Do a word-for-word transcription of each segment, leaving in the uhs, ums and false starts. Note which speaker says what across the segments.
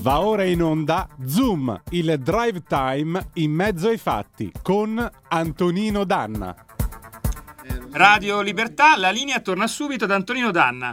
Speaker 1: Va ora in onda Zoom, il drive time in mezzo ai fatti con Antonino Danna.
Speaker 2: Radio Libertà, la linea torna subito ad Antonino Danna.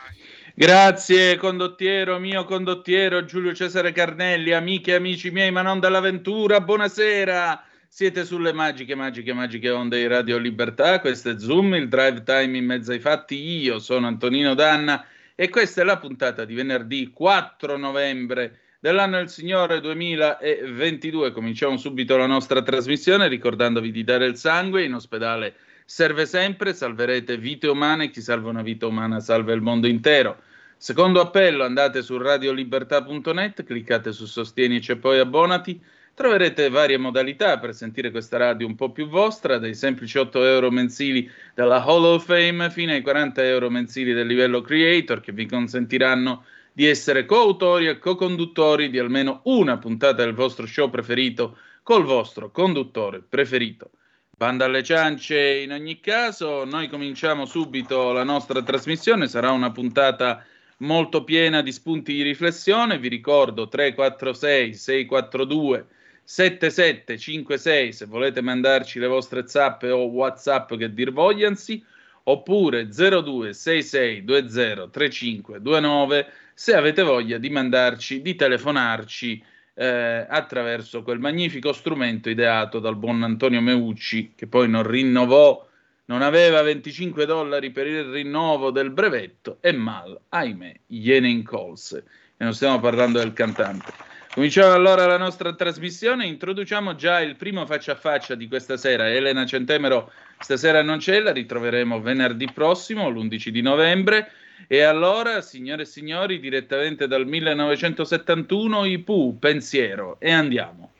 Speaker 3: Grazie condottiero, mio condottiero Giulio Cesare Carnelli, amiche e amici miei, ma non dall'avventura, buonasera. Siete sulle magiche, magiche, magiche onde di Radio Libertà. Questo è Zoom, il drive time in mezzo ai fatti. Io sono Antonino Danna e questa è la puntata di venerdì quattro novembre dell'anno del Signore duemilaventidue. Cominciamo subito la nostra trasmissione ricordandovi di dare il sangue. In ospedale serve sempre, salverete vite umane, chi salva una vita umana salva il mondo intero. Secondo appello, andate su radiolibertà punto net, cliccate su Sostienici e poi abbonati. Troverete varie modalità per sentire questa radio un po' più vostra, dai semplici otto euro mensili della Hall of Fame fino ai quaranta euro mensili del livello Creator, che vi consentiranno di essere coautori e co-conduttori di almeno una puntata del vostro show preferito col vostro conduttore preferito. Banda alle ciance in ogni caso, noi cominciamo subito la nostra trasmissione, sarà una puntata molto piena di spunti di riflessione. Vi ricordo tre quattro sei sei quattro due sette sette cinque sei se volete mandarci le vostre zappe o WhatsApp che dir vogliansi, oppure zero due sei sei due zero tre cinque due nove se avete voglia di mandarci, di telefonarci eh, attraverso quel magnifico strumento ideato dal buon Antonio Meucci, che poi non rinnovò, non aveva venticinque dollari per il rinnovo del brevetto e mal, ahimè, gliene incolse. E non stiamo parlando del cantante. Cominciamo allora la nostra trasmissione, introduciamo già il primo faccia a faccia di questa sera. Elena Centemero stasera non c'è, la ritroveremo venerdì prossimo, l'undici di novembre. E allora, signore e signori, direttamente dal millenovecentosettantuno, i Pooh, Pensiero, e andiamo.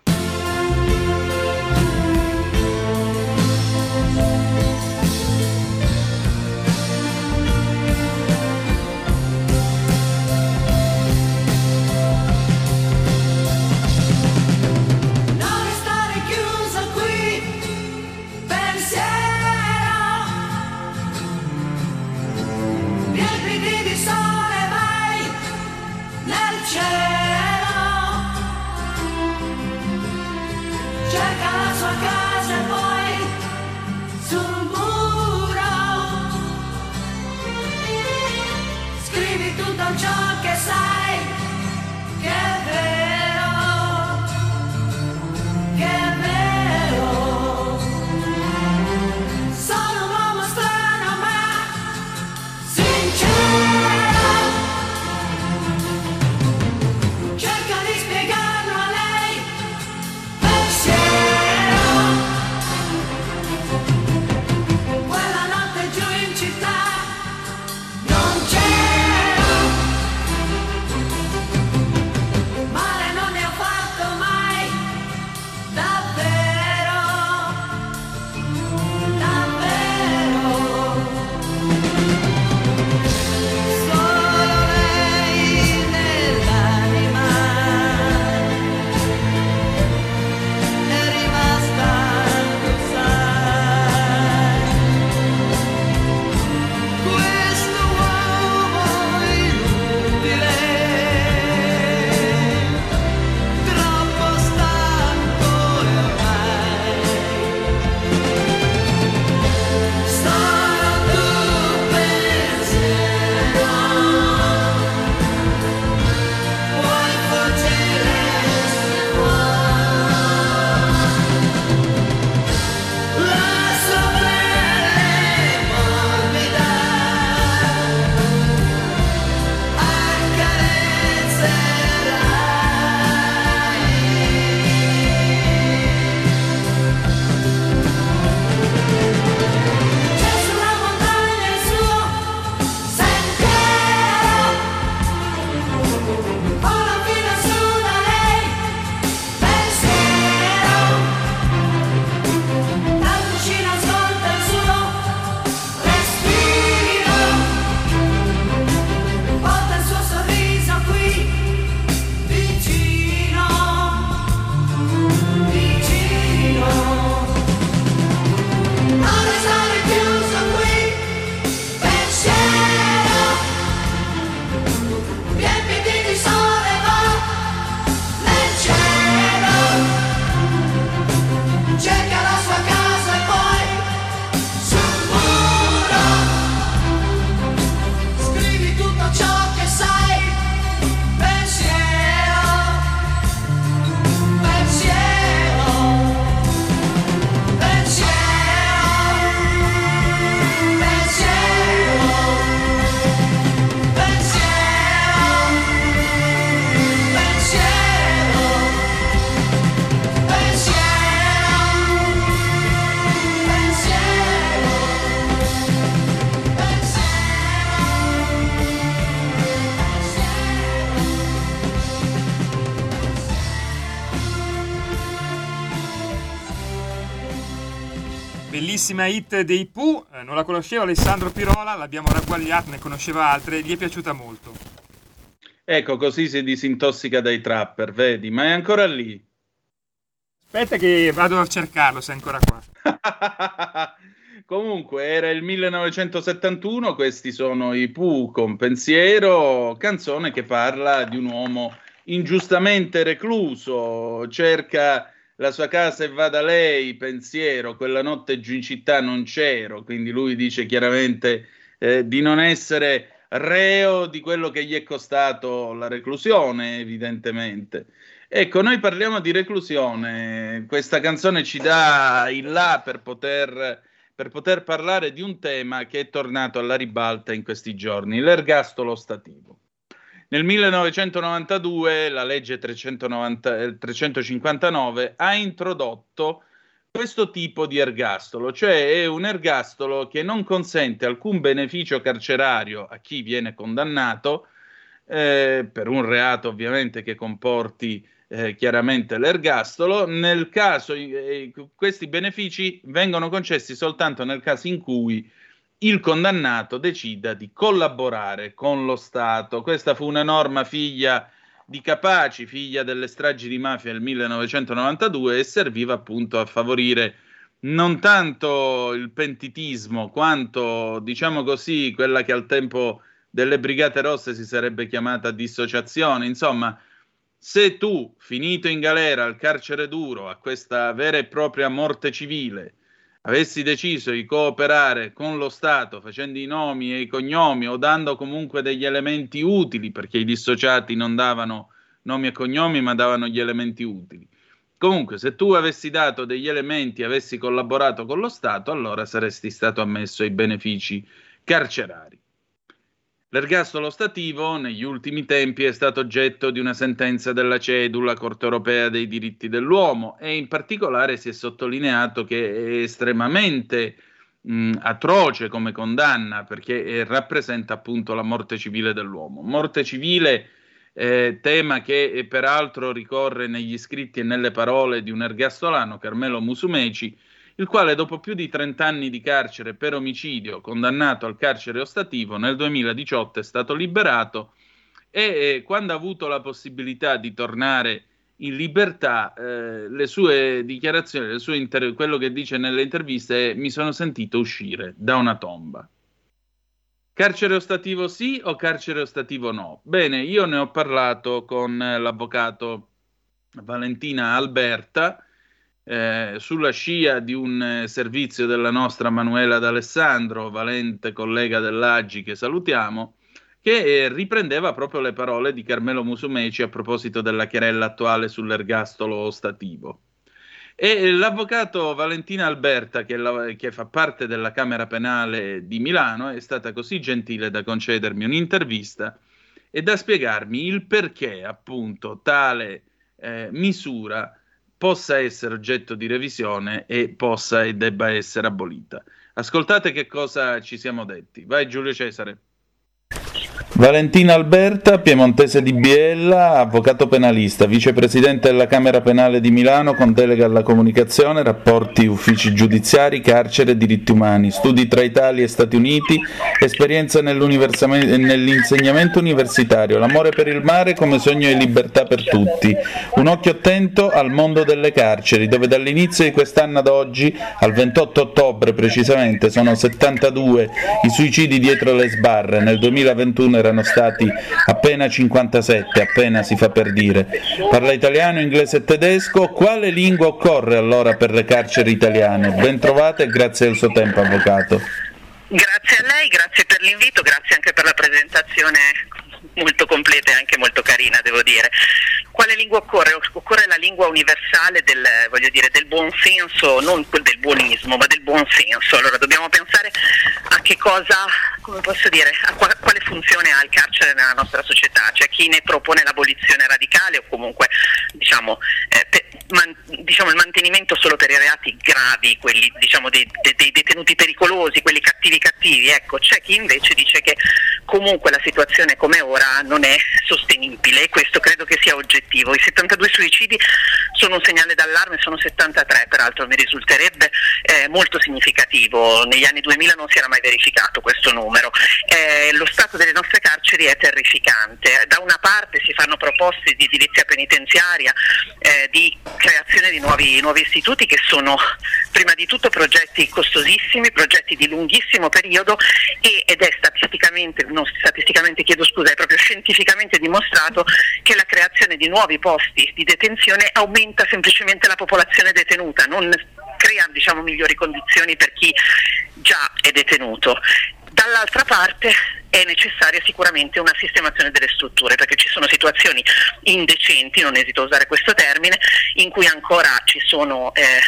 Speaker 2: bellissima hit dei Pooh, eh, non la conosceva Alessandro Pirola, l'abbiamo ragguagliata, ne conosceva altre, gli è piaciuta molto.
Speaker 3: Ecco, così si disintossica dai trapper, vedi, ma è ancora lì.
Speaker 2: Aspetta che vado a cercarlo se è ancora qua.
Speaker 3: Comunque era il millenovecentosettantuno, questi sono i Pooh con Pensiero, canzone che parla di un uomo ingiustamente recluso, cerca la sua casa e va da lei, Pensiero, quella notte giù in città non c'ero, quindi lui dice chiaramente eh, di non essere reo di quello che gli è costato la reclusione, evidentemente. Ecco, noi parliamo di reclusione, questa canzone ci dà il là per poter, per poter parlare di un tema che è tornato alla ribalta in questi giorni, l'ergastolo ostativo. Nel millenovecentonovantadue la legge trecentonovanta, trecentocinquantanove ha introdotto questo tipo di ergastolo, cioè è un ergastolo che non consente alcun beneficio carcerario a chi viene condannato eh, per un reato ovviamente che comporti eh, chiaramente l'ergastolo. Nel caso eh, questi benefici vengono concessi soltanto nel caso in cui il condannato decida di collaborare con lo Stato. Questa fu una norma figlia di Capaci, figlia delle stragi di mafia del millenovecentonovantadue, e serviva appunto a favorire non tanto il pentitismo quanto, diciamo così, quella che al tempo delle Brigate Rosse si sarebbe chiamata dissociazione. Insomma, se tu, finito in galera al carcere duro, a questa vera e propria morte civile, avessi deciso di cooperare con lo Stato facendo i nomi e i cognomi o dando comunque degli elementi utili, perché i dissociati non davano nomi e cognomi ma davano gli elementi utili. Comunque, se tu avessi dato degli elementi e avessi collaborato con lo Stato, allora saresti stato ammesso ai benefici carcerari. L'ergastolo ostativo negli ultimi tempi è stato oggetto di una sentenza della CEDU, la Corte Europea dei Diritti dell'Uomo, e in particolare si è sottolineato che è estremamente mh, atroce come condanna, perché eh, rappresenta appunto la morte civile dell'uomo. Morte civile, eh, tema che eh, peraltro ricorre negli scritti e nelle parole di un ergastolano, Carmelo Musumeci, il quale dopo più di trenta anni di carcere per omicidio, condannato al carcere ostativo, nel duemiladiciotto è stato liberato e eh, quando ha avuto la possibilità di tornare in libertà, eh, le sue dichiarazioni, le sue inter- quello che dice nelle interviste è: mi sono sentito uscire da una tomba. Carcere ostativo sì o carcere ostativo no? Bene, io ne ho parlato con l'avvocato Valentina Alberta, Eh, sulla scia di un eh, servizio della nostra Manuela D'Alessandro, valente collega dell'A G I che salutiamo, che eh, riprendeva proprio le parole di Carmelo Musumeci a proposito della querela attuale sull'ergastolo ostativo. E eh, l'avvocato Valentina Alberta, che, la, che fa parte della Camera Penale di Milano, è stata così gentile da concedermi un'intervista e da spiegarmi il perché appunto tale eh, misura possa essere oggetto di revisione e possa e debba essere abolita. Ascoltate che cosa ci siamo detti. Vai Giulio Cesare. Valentina Alberta, piemontese di Biella, avvocato penalista, vicepresidente della Camera Penale di Milano con delega alla comunicazione, rapporti uffici giudiziari, carcere e diritti umani, studi tra Italia e Stati Uniti, esperienza nell'insegnamento universitario, l'amore per il mare come sogno di libertà per tutti, un occhio attento al mondo delle carceri, dove dall'inizio di quest'anno ad oggi, al ventotto ottobre precisamente, sono settantadue i suicidi dietro le sbarre, nel duemilaventuno erano stati appena cinquantasette, appena si fa per dire. Parla italiano, inglese e tedesco. Quale lingua occorre allora per le carceri italiane? Ben trovate e grazie del suo tempo, avvocato.
Speaker 4: Grazie a lei, grazie per l'invito, grazie anche per la presentazione molto completa e anche molto carina, devo dire. Quale lingua occorre? Occorre la lingua universale del, voglio dire, del buon senso, non del buonismo, ma del buon senso. Allora dobbiamo pensare a che cosa, come posso dire, a qua, quale funzione ha il carcere nella nostra società. C'è chi ne propone l'abolizione radicale o comunque, diciamo, eh, pe, man, diciamo il mantenimento solo per i reati gravi, quelli diciamo dei, dei, dei detenuti pericolosi, quelli cattivi cattivi, ecco, c'è chi invece dice che comunque la situazione come ora non è sostenibile e questo credo che sia oggettivo. I settantadue suicidi sono un segnale d'allarme, sono settantatré peraltro, mi risulterebbe eh, molto significativo, negli anni duemila non si era mai verificato questo numero. Eh, lo stato delle nostre carceri è terrificante, da una parte si fanno proposte di edilizia penitenziaria, eh, di creazione di nuovi, nuovi istituti che sono prima di tutto progetti costosissimi, progetti di lunghissimo periodo e, ed è statisticamente, non statisticamente chiedo scusa, è proprio scientificamente dimostrato che la creazione di nuovi posti di detenzione aumenta semplicemente la popolazione detenuta, non crea diciamo migliori condizioni per chi già è detenuto. Dall'altra parte è necessaria sicuramente una sistemazione delle strutture, perché ci sono situazioni indecenti, non esito a usare questo termine, in cui ancora ci sono eh,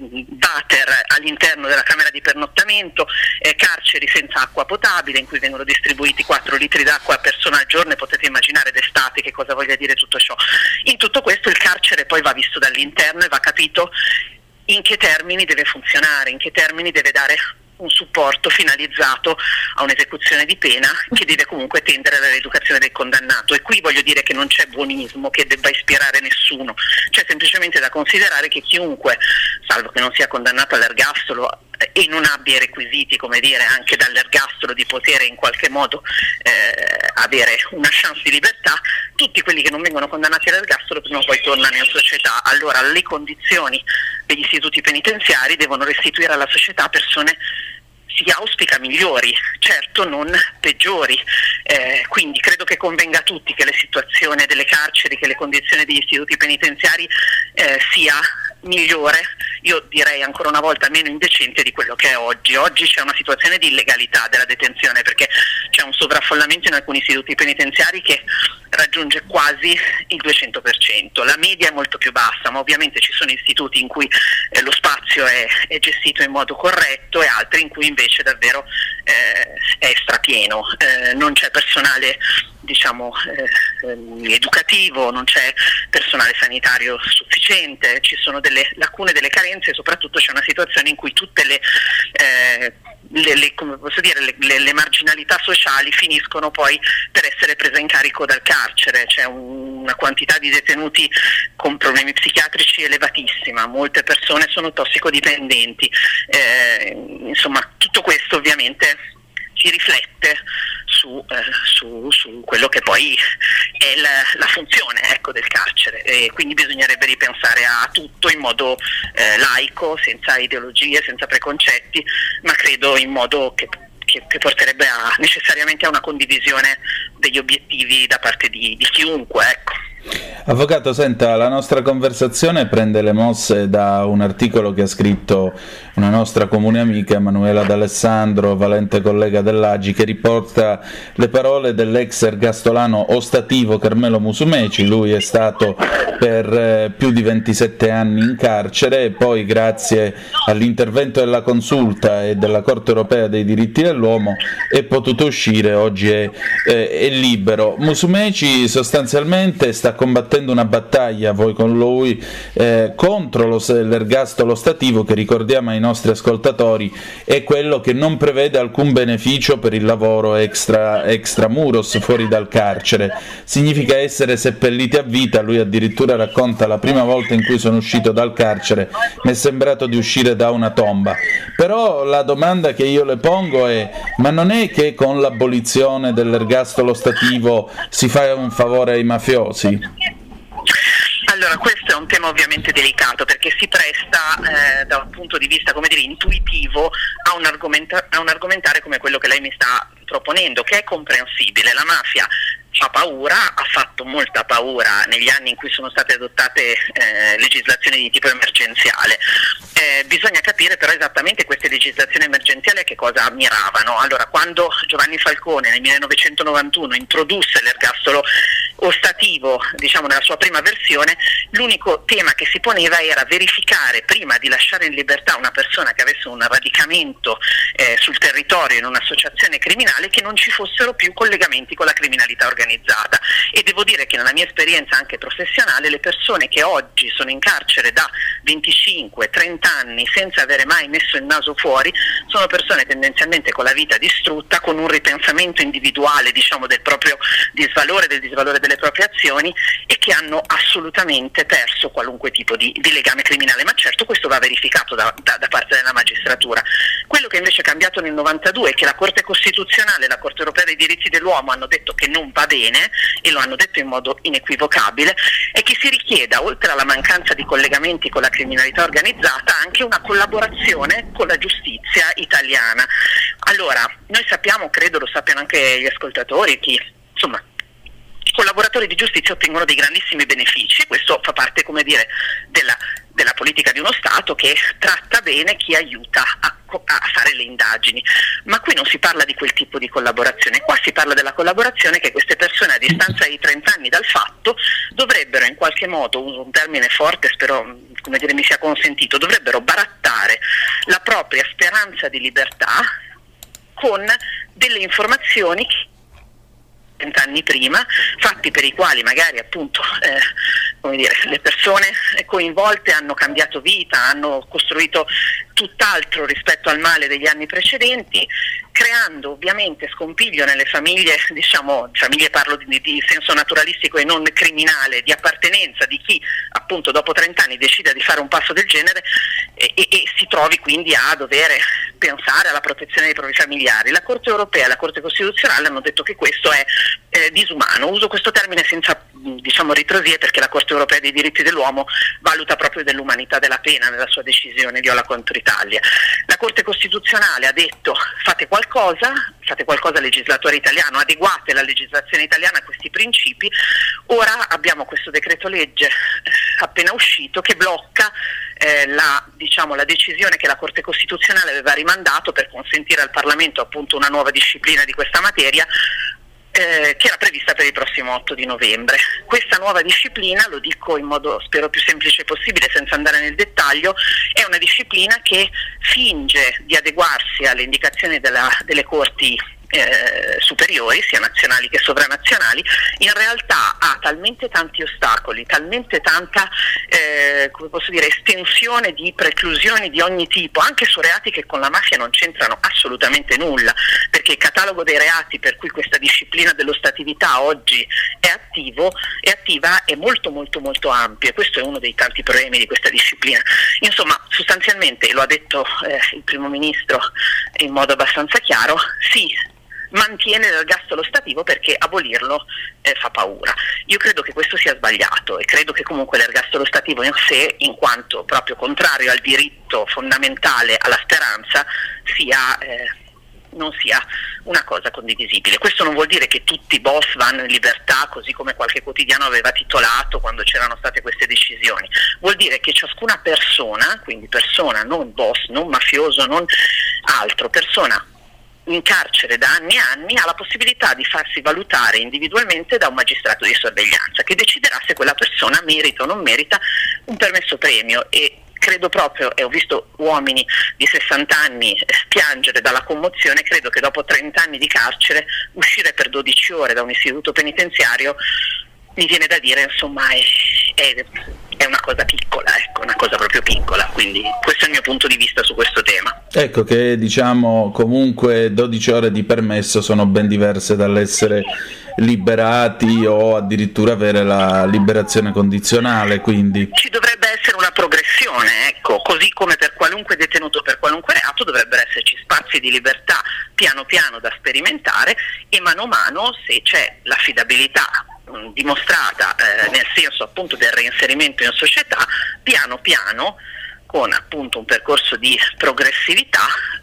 Speaker 4: water all'interno della camera di pernottamento, eh, carceri senza acqua potabile, in cui vengono distribuiti quattro litri d'acqua a persona al giorno, e potete immaginare d'estate che cosa voglia dire tutto ciò. In tutto questo il carcere poi va visto dall'interno e va capito in che termini deve funzionare, in che termini deve dare un supporto finalizzato a un'esecuzione di pena che deve comunque tendere alla rieducazione del condannato, e qui voglio dire che non c'è buonismo che debba ispirare nessuno, c'è semplicemente da considerare che chiunque, salvo che non sia condannato all'ergastolo e non abbia i requisiti, come dire, anche dall'ergastolo di poter in qualche modo eh, avere una chance di libertà, tutti quelli che non vengono condannati all'ergastolo prima o poi tornano in società. Allora le condizioni degli istituti penitenziari devono restituire alla società persone, si auspica, migliori, certo non peggiori, eh, quindi credo che convenga a tutti che la situazione delle carceri, che le condizioni degli istituti penitenziari eh, sia migliore, io direi ancora una volta meno indecente di quello che è oggi. Oggi c'è una situazione di illegalità della detenzione, perché c'è un sovraffollamento in alcuni istituti penitenziari che raggiunge quasi il duecento per cento, la media è molto più bassa, ma ovviamente ci sono istituti in cui eh, lo spazio è, è gestito in modo corretto e altri in cui invece davvero eh, è strapieno, eh, non c'è personale diciamo eh, educativo, non c'è personale sanitario sufficiente, ci sono delle lacune, delle carenze, e soprattutto c'è una situazione in cui tutte le, eh, le, le, come posso dire, le, le, le marginalità sociali finiscono poi per essere prese in carico dal carcere. C'è un, una quantità di detenuti con problemi psichiatrici elevatissima, molte persone sono tossicodipendenti, eh, insomma tutto questo ovviamente si riflette su, eh, su, su quello che poi è la, la funzione ecco, del carcere, e quindi bisognerebbe ripensare a tutto in modo eh, laico, senza ideologie, senza preconcetti, ma credo in modo che, che, che porterebbe a, necessariamente a una condivisione degli obiettivi da parte di, di chiunque, ecco.
Speaker 3: Avvocato, senta, la nostra conversazione prende le mosse da un articolo che ha scritto una nostra comune amica, Emanuela D'Alessandro, valente collega dell'A G I, che riporta le parole dell'ex ergastolano ostativo Carmelo Musumeci. Lui è stato per eh, più di ventisette anni in carcere e poi, grazie all'intervento della Consulta e della Corte Europea dei Diritti dell'Uomo, è potuto uscire, oggi è, eh, è libero. Musumeci sostanzialmente sta combattendo una battaglia, voi con lui, eh, contro lo, l'ergastolo ostativo, che ricordiamo ai nostri ascoltatori è quello che non prevede alcun beneficio per il lavoro extra, extramuros, fuori dal carcere. Significa essere seppelliti a vita. Lui addirittura racconta: la prima volta in cui sono uscito dal carcere mi è sembrato di uscire da una tomba. Però la domanda che io le pongo è: ma non è che con l'abolizione dell'ergastolo ostativo si fa un favore ai mafiosi?
Speaker 4: Allora, questo è un tema ovviamente delicato, perché si presta eh, da un punto di vista, come dire, intuitivo a un, argomenta- a un argomentare come quello che lei mi sta proponendo, che è comprensibile. La mafia fa paura, ha fatto molta paura negli anni in cui sono state adottate eh, legislazioni di tipo emergenziale. Eh, bisogna capire però esattamente queste legislazioni emergenziali a che cosa miravano. Allora, quando Giovanni Falcone nel millenovecentonovantuno introdusse l'ergastolo ostativo, diciamo nella sua prima versione, l'unico tema che si poneva era verificare verificare prima di lasciare in libertà una persona che avesse un radicamento eh, sul territorio in un'associazione criminale, che non ci fossero più collegamenti con la criminalità organizzata. E devo dire che nella mia esperienza anche professionale, le persone che oggi sono in carcere da venticinque trenta anni senza avere mai messo il naso fuori sono persone tendenzialmente con la vita distrutta, con un ripensamento individuale, diciamo, del proprio disvalore, del disvalore delle proprie azioni, e che hanno assolutamente perso qualunque tipo di, di legame criminale. Ma certo, questo va verificato da, da, da parte della magistratura. Quello che invece è cambiato nel novantadue è che la Corte Costituzionale e la Corte Europea dei Diritti dell'Uomo hanno detto che non va bene, e lo hanno detto in modo inequivocabile, è che si richieda, oltre alla mancanza di collegamenti con la criminalità organizzata, anche una collaborazione con la giustizia italiana. Allora, noi sappiamo, credo lo sappiano anche gli ascoltatori, chi, insomma, i collaboratori di giustizia ottengono dei grandissimi benefici. Questo fa parte, come dire, della, della politica di uno Stato che tratta bene chi aiuta a, a fare le indagini. Ma qui non si parla di quel tipo di collaborazione, qua si parla della collaborazione che queste persone, a distanza di trenta anni dal fatto, dovrebbero in qualche modo, uso un termine forte, spero, come dire, mi sia consentito, dovrebbero barattare la propria speranza di libertà con delle informazioni vent'anni prima, fatti per i quali magari appunto eh, come dire, le persone coinvolte hanno cambiato vita, hanno costruito tutt'altro rispetto al male degli anni precedenti, creando ovviamente scompiglio nelle famiglie, diciamo, famiglie parlo di, di senso naturalistico e non criminale, di appartenenza di chi appunto dopo trenta anni decide di fare un passo del genere e, e, e si trovi quindi a dover pensare alla protezione dei propri familiari. La Corte Europea e la Corte Costituzionale hanno detto che questo è eh, disumano. Uso questo termine senza, diciamo, ritrosie, perché la Corte Europea dei Diritti dell'Uomo valuta proprio dell'umanità della pena nella sua decisione Viola contro Italia. La Corte Costituzionale ha detto: fate qualcosa, fate qualcosa legislatore italiano, adeguate la legislazione italiana a questi principi. Ora abbiamo questo decreto legge appena uscito che blocca eh, la, diciamo, la decisione che la Corte Costituzionale aveva rimandato per consentire al Parlamento appunto una nuova disciplina di questa materia, Eh, che era prevista per il prossimo otto di novembre. Questa nuova disciplina, lo dico in modo spero più semplice possibile senza andare nel dettaglio, è una disciplina che finge di adeguarsi alle indicazioni della, delle corti eh, superiori, sia nazionali che sovranazionali. In realtà ha talmente tanti ostacoli, talmente tanta eh, come posso dire, estensione di preclusioni di ogni tipo, anche su reati che con la mafia non c'entrano assolutamente nulla, perché il catalogo dei reati per cui questa disciplina dell'ostatività oggi è attivo è attiva è molto molto molto ampio, e questo è uno dei tanti problemi di questa disciplina. Insomma, sostanzialmente, lo ha detto eh, il primo ministro in modo abbastanza chiaro, sì, mantiene l'ergastolo ostativo perché abolirlo eh, fa paura. Io credo che questo sia sbagliato, e credo che comunque l'ergastolo ostativo in sé, in quanto proprio contrario al diritto fondamentale alla speranza, sia eh, non sia una cosa condivisibile. Questo non vuol dire che tutti i boss vanno in libertà, così come qualche quotidiano aveva titolato quando c'erano state queste decisioni. Vuol dire che ciascuna persona, quindi persona, non boss, non mafioso, non altro, persona in carcere da anni e anni, ha la possibilità di farsi valutare individualmente da un magistrato di sorveglianza che deciderà se quella persona merita o non merita un permesso premio. E credo proprio, e ho visto uomini di sessanta anni piangere dalla commozione, credo che dopo trenta anni di carcere uscire per dodici ore da un istituto penitenziario, mi viene da dire, insomma, è, è, è una cosa piccola, ecco, una cosa proprio piccola. Quindi questo è il mio punto di vista su questo tema.
Speaker 3: Ecco che, diciamo, comunque dodici ore di permesso sono ben diverse dall'essere liberati o addirittura avere la liberazione condizionale, quindi
Speaker 4: ci dovrebbe essere una progressione, ecco, così come per qualunque detenuto, per qualunque reato dovrebbero esserci spazi di libertà piano piano da sperimentare, e mano a mano, se c'è l'affidabilità mh, dimostrata eh, nel senso appunto del reinserimento in società, piano piano, con appunto un percorso di progressività,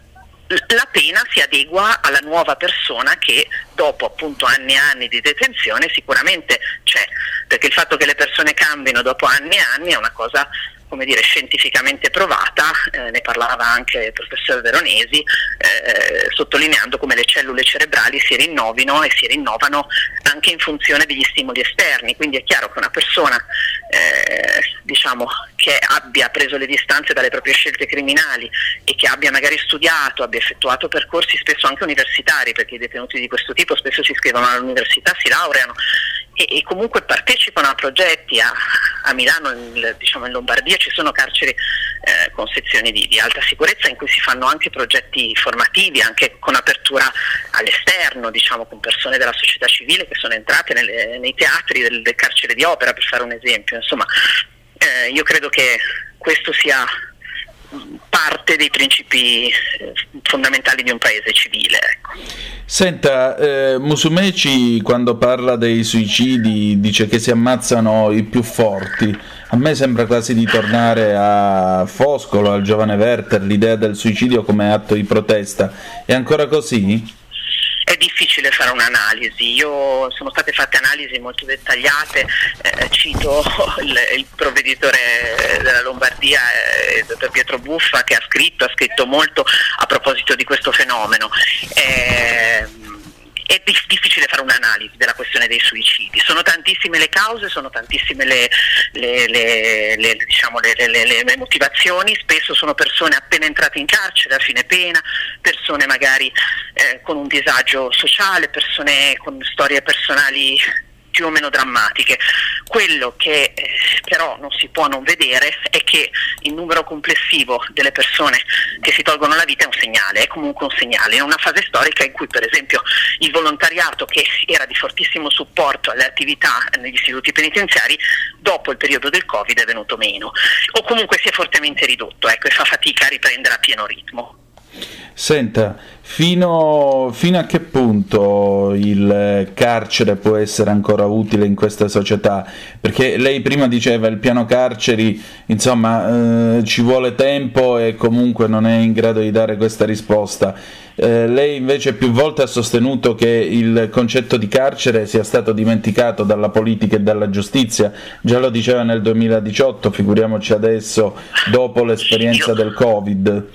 Speaker 4: la pena si adegua alla nuova persona che dopo appunto anni e anni di detenzione sicuramente c'è, perché il fatto che le persone cambino dopo anni e anni è una cosa come dire, scientificamente provata, eh, ne parlava anche il professor Veronesi, eh, sottolineando come le cellule cerebrali si rinnovino e si rinnovano anche in funzione degli stimoli esterni, quindi è chiaro che una persona eh, diciamo che abbia preso le distanze dalle proprie scelte criminali e che abbia magari studiato, abbia effettuato percorsi spesso anche universitari, perché i detenuti di questo tipo spesso si iscrivono all'università, si laureano e, e comunque partecipano a progetti. A, a Milano, in, diciamo in Lombardia, ci sono carceri eh, con sezioni di, di alta sicurezza in cui si fanno anche progetti formativi, anche con apertura all'esterno, diciamo con persone della società civile che sono entrate nelle, nei teatri del, del carcere di Opera, per fare un esempio. Insomma, eh, io credo che questo sia parte dei principi eh, fondamentali di un paese civile, ecco.
Speaker 3: Senta, eh, Musumeci quando parla dei suicidi dice che si ammazzano i più forti. A me sembra quasi di tornare a Foscolo, al giovane Werther, l'idea del suicidio come atto di protesta. È ancora così?
Speaker 4: È difficile fare un'analisi, io sono state fatte analisi molto dettagliate, eh, cito il, il provveditore della Lombardia, eh, il dottor Pietro Buffa, che ha scritto, ha scritto molto a proposito di questo fenomeno. Eh, È difficile fare un'analisi della questione dei suicidi, sono tantissime le cause, sono tantissime le, le, le, le, diciamo, le, le, le motivazioni, spesso sono persone appena entrate in carcere a fine pena, persone magari eh, con un disagio sociale, persone con storie personali più o meno drammatiche. Quello che eh, però non si può non vedere è che il numero complessivo delle persone che si tolgono la vita è un segnale, è comunque un segnale in una fase storica in cui per esempio il volontariato, che era di fortissimo supporto alle attività negli istituti penitenziari, dopo il periodo del Covid è venuto meno o comunque si è fortemente ridotto, ecco, e fa fatica a riprendere a pieno ritmo.
Speaker 3: Senta, fino, fino a che punto il carcere può essere ancora utile in questa società? Perché lei prima diceva il piano carceri, insomma, eh, ci vuole tempo e comunque non è in grado di dare questa risposta. Eh, lei invece più volte ha sostenuto che il concetto di carcere sia stato dimenticato dalla politica e dalla giustizia, già lo diceva nel duemiladiciotto, figuriamoci adesso dopo l'esperienza del Covid.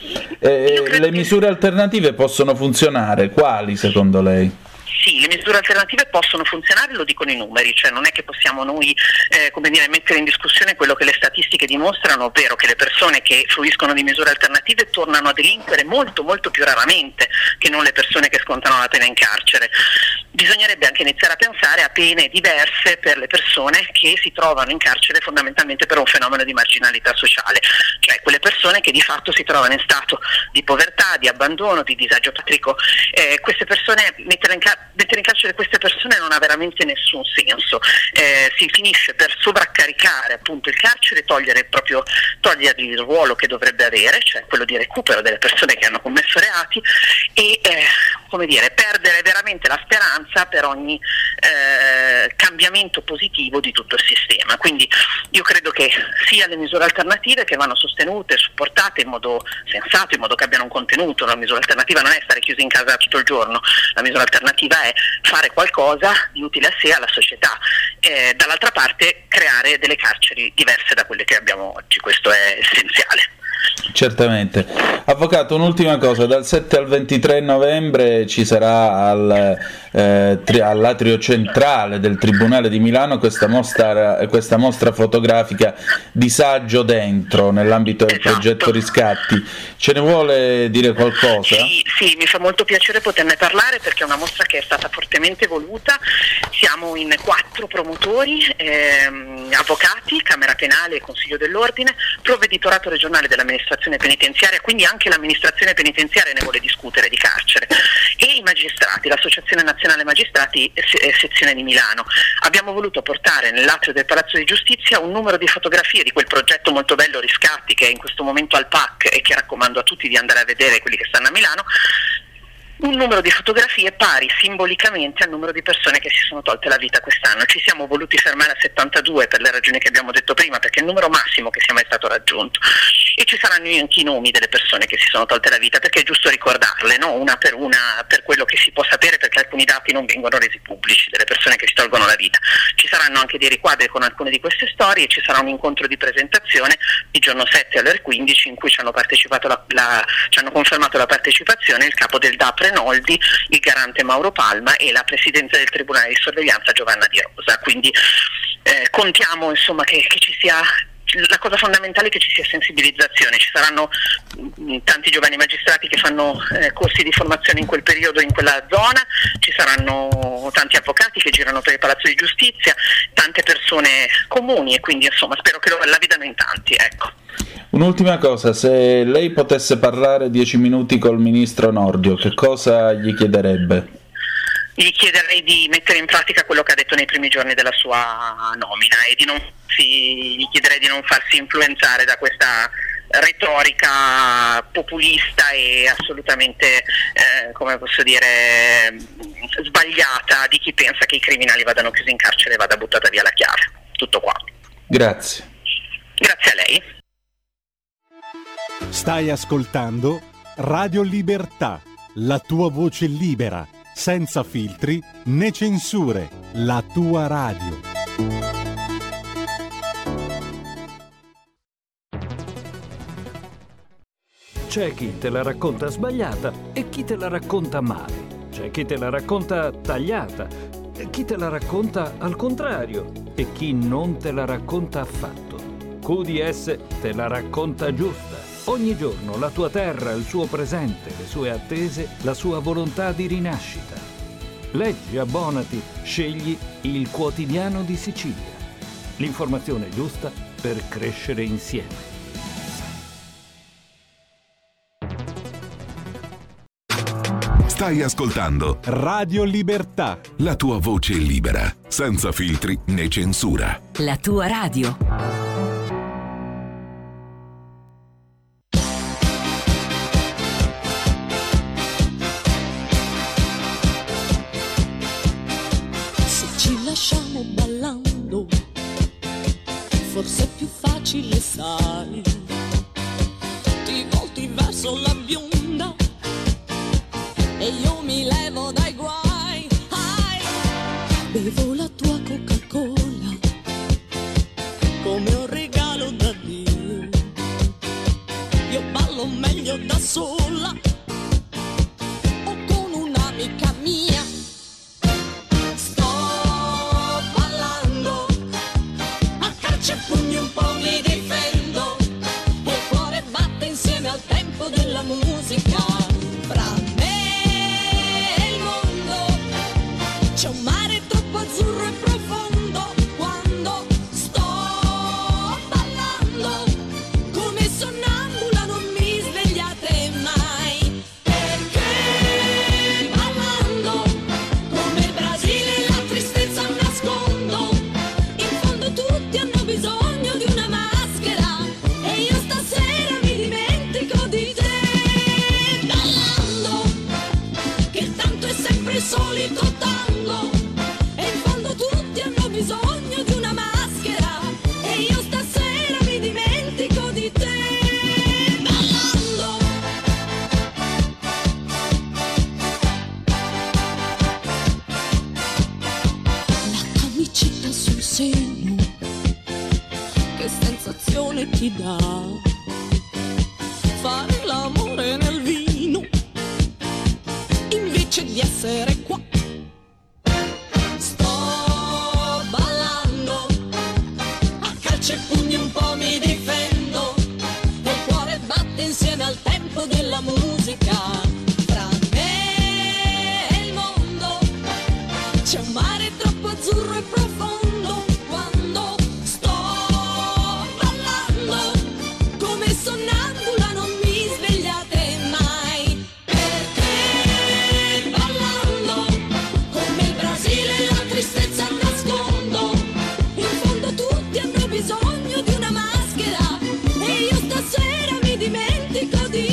Speaker 3: Eh, le misure alternative possono funzionare, quali secondo lei?
Speaker 4: Sì, le misure alternative possono funzionare, lo dicono i numeri, cioè non è che possiamo noi eh, come dire, mettere in discussione quello che le statistiche dimostrano, ovvero che le persone che fruiscono di misure alternative tornano a delinquere molto molto più raramente che non le persone che scontano la pena in carcere. Bisognerebbe anche iniziare a pensare a pene diverse per le persone che si trovano in carcere fondamentalmente per un fenomeno di marginalità sociale, cioè quelle persone che di fatto si trovano in stato di povertà, di abbandono, di disagio patrico. Eh, queste persone, mettere in, car- mettere in carcere queste persone non ha veramente nessun senso, eh, si finisce per sovraccaricare appunto il carcere, togliere proprio, togliergli il ruolo che dovrebbe avere, cioè quello di recupero delle persone che hanno commesso reati e eh, come dire, perdere veramente la speranza per ogni eh, cambiamento positivo di tutto il sistema. Quindi io credo che sia le misure alternative che vanno sostenute, supportate in modo sensato, in modo che abbiano un contenuto. La misura alternativa non è stare chiusi in casa tutto il giorno, la misura alternativa è fare qualcosa di utile a sé, alla società. Eh, dall'altra parte creare delle carceri diverse da quelle che abbiamo oggi, questo è essenziale.
Speaker 3: Certamente. Avvocato, un'ultima cosa, dal sette al ventitré novembre ci sarà al, eh, tri- all'atrio centrale del Tribunale di Milano questa mostra, questa mostra fotografica Disagio dentro, nell'ambito del esatto. progetto Riscatti. Ce ne vuole dire qualcosa?
Speaker 4: Sì, sì, mi fa molto piacere poterne parlare perché è una mostra che è stata fortemente voluta. Siamo in quattro promotori, ehm, avvocati, Camera Penale e Consiglio dell'Ordine, Provveditorato regionale dell'amministrazione penitenziaria, quindi anche l'amministrazione penitenziaria ne vuole discutere di carcere, e i magistrati, l'Associazione Nazionale Magistrati se- sezione di Milano. Abbiamo voluto portare nell'atrio del Palazzo di Giustizia un numero di fotografie di quel progetto molto bello Riscatti, che è in questo momento al P A C e che raccomando a tutti di andare a vedere, quelli che stanno a Milano, un numero di fotografie pari simbolicamente al numero di persone che si sono tolte la vita quest'anno. Ci siamo voluti fermare a settantadue per le ragioni che abbiamo detto prima, perché è il numero massimo che sia mai stato raggiunto, e ci saranno anche i nomi delle persone che si sono tolte la vita, perché è giusto ricordarle, no? Una per una, per quello che si può sapere, perché alcuni dati non vengono resi pubblici delle persone che si tolgono la vita. Ci saranno anche dei riquadri con alcune di queste storie, e ci sarà un incontro di presentazione il giorno sette alle ore quindici in cui ci hanno partecipato la, la, ci hanno confermato la partecipazione il capo del D A P Renoldi, il garante Mauro Palma e la presidente del Tribunale di Sorveglianza Giovanna Di Rosa. Quindi eh, contiamo insomma che, che ci sia, la cosa fondamentale è che ci sia sensibilizzazione. Ci saranno mh, tanti giovani magistrati che fanno eh, corsi di formazione in quel periodo, in quella zona, ci saranno tanti avvocati che girano per il Palazzo di Giustizia, tante persone comuni, e quindi insomma spero che lo, la vedano in tanti, ecco.
Speaker 3: Un'ultima cosa, se lei potesse parlare dieci minuti col ministro Nordio, che cosa gli chiederebbe?
Speaker 4: Gli chiederei di mettere in pratica quello che ha detto nei primi giorni della sua nomina, e di non si, gli chiederei di non farsi influenzare da questa retorica populista e assolutamente, eh, come posso dire, sbagliata di chi pensa che i criminali vadano chiusi in carcere e vada buttata via la chiave. Tutto qua.
Speaker 3: Grazie.
Speaker 4: Grazie a lei.
Speaker 1: Stai ascoltando Radio Libertà, la tua voce libera, senza filtri né censure, la tua radio.
Speaker 5: C'è chi te la racconta sbagliata e chi te la racconta male. C'è chi te la racconta tagliata e chi te la racconta al contrario e chi non te la racconta affatto. Q D S te la racconta giusta. Ogni giorno la tua terra, il suo presente, le sue attese, la sua volontà di rinascita. Leggi, abbonati, scegli il Quotidiano di Sicilia. L'informazione giusta per crescere insieme.
Speaker 6: Stai ascoltando
Speaker 1: Radio Libertà,
Speaker 6: la tua voce libera, senza filtri né censura.
Speaker 7: La tua radio.
Speaker 8: Forse è più facile, sai, ti volti verso la bionda e io mi levo dai guai. Ai, bevo la tua Coca-Cola come un regalo da Dio. Io ballo meglio da sola o con un'amica mia. C'è pugni un po' mi difendo e il cuore batte insieme al tempo della musica. Fra me e il mondo c'è un mare troppo azzurro e profondo. Quando sto ballando come sonnambula non mi svegliate mai, perché ballando come il Brasile la tristezza nascondo. In fondo tutti hanno bisogno di una maschera e io stasera mi dimentico di te. Ballando, che tanto è sempre il solito tango, e in fondo tutti hanno bisogno di una maschera e io stasera mi dimentico di te. Ballando. La camicetta sul seno, che sensazione ti dà fare l'amore nel vino invece di essere qua. Sto ballando a calci e pugni un po' mi difendo e il cuore batte insieme al tempo della musica. Tra me e il mondo c'è un mare troppo azzurro e profondo. Quando sto ballando come sonnambula non mi svegliate mai, perché ballando come il Brasile la tristezza nascondo. In fondo tutti hanno bisogno di una maschera e io stasera mi dimentico di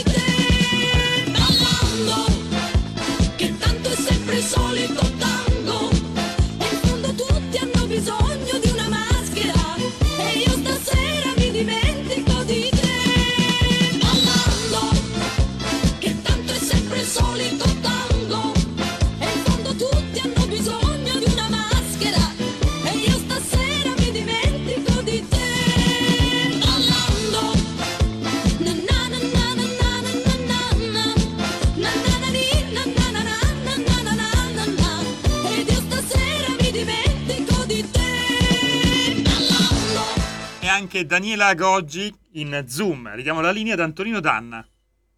Speaker 2: anche Daniela Agoggi in Zoom. Ridiamo la linea ad Antonino Danna.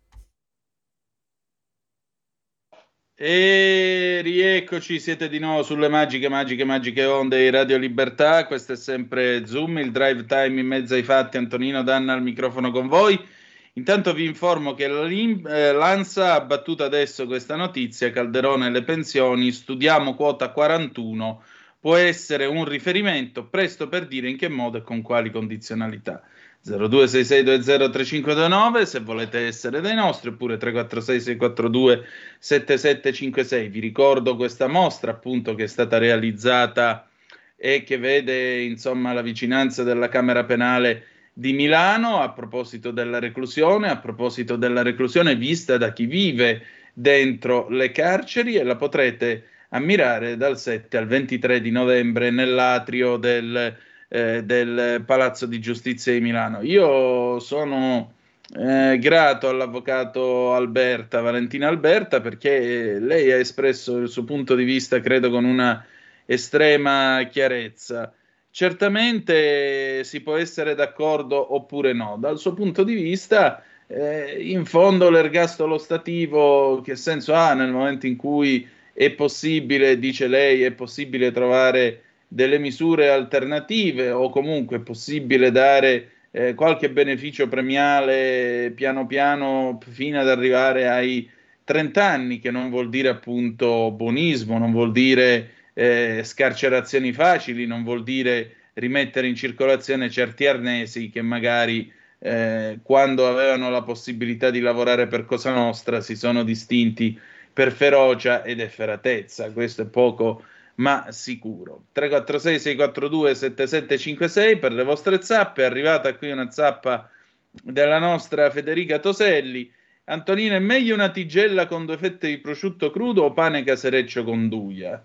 Speaker 3: E rieccoci, siete di nuovo sulle magiche, magiche, magiche onde di Radio Libertà. Questo è sempre Zoom, il drive time in mezzo ai fatti. Antonino Danna al microfono con voi. Intanto vi informo che l'ANSA ha battuto adesso questa notizia: Calderone e le pensioni, studiamo quota quarantuno, può essere un riferimento, presto per dire in che modo e con quali condizionalità. zero due sei sei due zero tre cinque due nove se volete essere dei nostri, oppure tre quattro sei sei quattro due sette sette cinque sei. Vi ricordo questa mostra appunto che è stata realizzata e che vede insomma la vicinanza della Camera Penale di Milano a proposito della reclusione, a proposito della reclusione vista da chi vive dentro le carceri, e la potrete ammirare dal sette al ventitré di novembre nell'atrio del Eh, del Palazzo di Giustizia di Milano. Io sono eh, grato all'avvocato Alberta, Valentina Alberta, perché lei ha espresso il suo punto di vista, credo, con una estrema chiarezza. Certamente si può essere d'accordo oppure no. Dal suo punto di vista, eh, in fondo l'ergastolo stativo che senso ha nel momento in cui è possibile, dice lei, è possibile trovare delle misure alternative, o comunque è possibile dare eh, qualche beneficio premiale piano piano fino ad arrivare ai trenta anni, che non vuol dire appunto buonismo, non vuol dire eh, scarcerazioni facili, non vuol dire rimettere in circolazione certi arnesi che magari eh, quando avevano la possibilità di lavorare per Cosa Nostra si sono distinti per ferocia ed efferatezza. Questo è poco ma sicuro. Tre quattro sei sei quattro due sette sette cinque sei per le vostre zappe. È arrivata qui una zappa della nostra Federica Toselli. Antonino, è meglio una tigella con due fette di prosciutto crudo o pane casereccio con duia?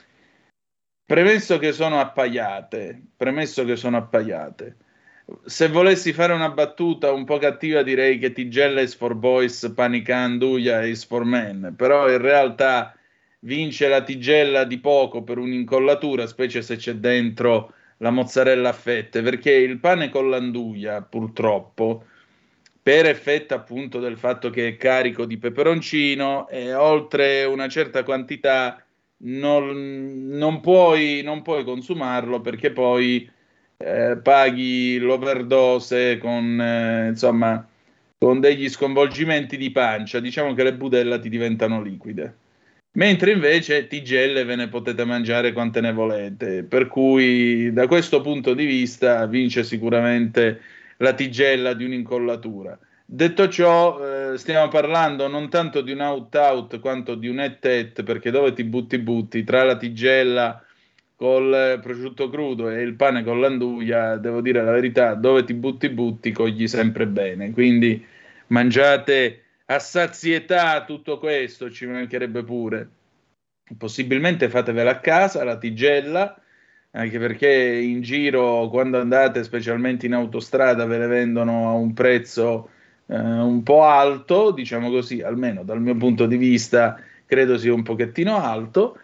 Speaker 3: Premesso che sono appaiate, premesso che sono appaiate. Se volessi fare una battuta un po' cattiva, direi che tigella is for boys, panica anduia is for men, però in realtà vince la tigella di poco per un'incollatura, specie se c'è dentro la mozzarella a fette, perché il pane con l'anduia, purtroppo, per effetto appunto del fatto che è carico di peperoncino, e oltre una certa quantità non, non, puoi, non puoi consumarlo, perché poi eh, paghi l'overdose con, eh, insomma, con degli sconvolgimenti di pancia. Diciamo che le budella ti diventano liquide. Mentre invece tigelle ve ne potete mangiare quante ne volete, per cui da questo punto di vista vince sicuramente la tigella di un'incollatura. Detto ciò, eh, stiamo parlando non tanto di un out-out quanto di un et-et, perché dove ti butti butti, tra la tigella col prosciutto crudo e il pane con l'anduia, devo dire la verità, dove ti butti butti cogli sempre bene, quindi mangiate a sazietà tutto questo, ci mancherebbe pure. Possibilmente fatevela a casa la tigella, anche perché in giro, quando andate specialmente in autostrada, ve le vendono a un prezzo eh, un po' alto, diciamo così, almeno dal mio punto di vista credo sia un pochettino alto,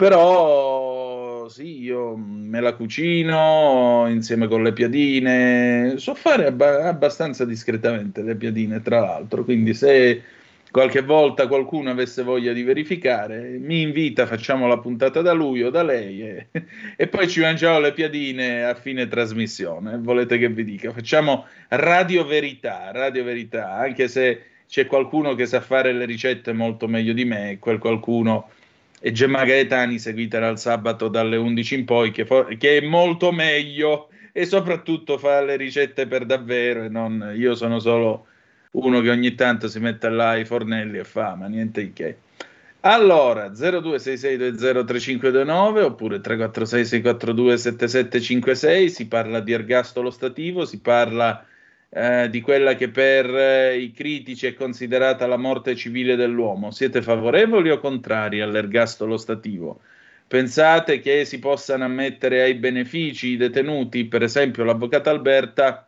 Speaker 3: però sì, io me la cucino insieme con le piadine, so fare abba- abbastanza discretamente le piadine, tra l'altro, quindi se qualche volta qualcuno avesse voglia di verificare, mi invita, facciamo la puntata da lui o da lei e, e poi ci mangiamo le piadine a fine trasmissione. Volete che vi dica? Facciamo radio verità, radio verità, anche se c'è qualcuno che sa fare le ricette molto meglio di me, e quel qualcuno è Gemma Gaetani, seguitela al sabato dalle undici in poi, che, for- che è molto meglio e soprattutto fa le ricette per davvero, e non io sono solo uno che ogni tanto si mette là ai fornelli e fa, ma niente di che. Allora, zero due sei sei due zero tre cinque due nove oppure tre quattro sei sei quattro due sette sette cinque sei, si parla di ergastolo stativo, si parla eh, di quella che per eh, i critici è considerata la morte civile dell'uomo. Siete favorevoli o contrari all'ergastolo stativo? Pensate che si possano ammettere ai benefici i detenuti? Per esempio l'avvocato Alberta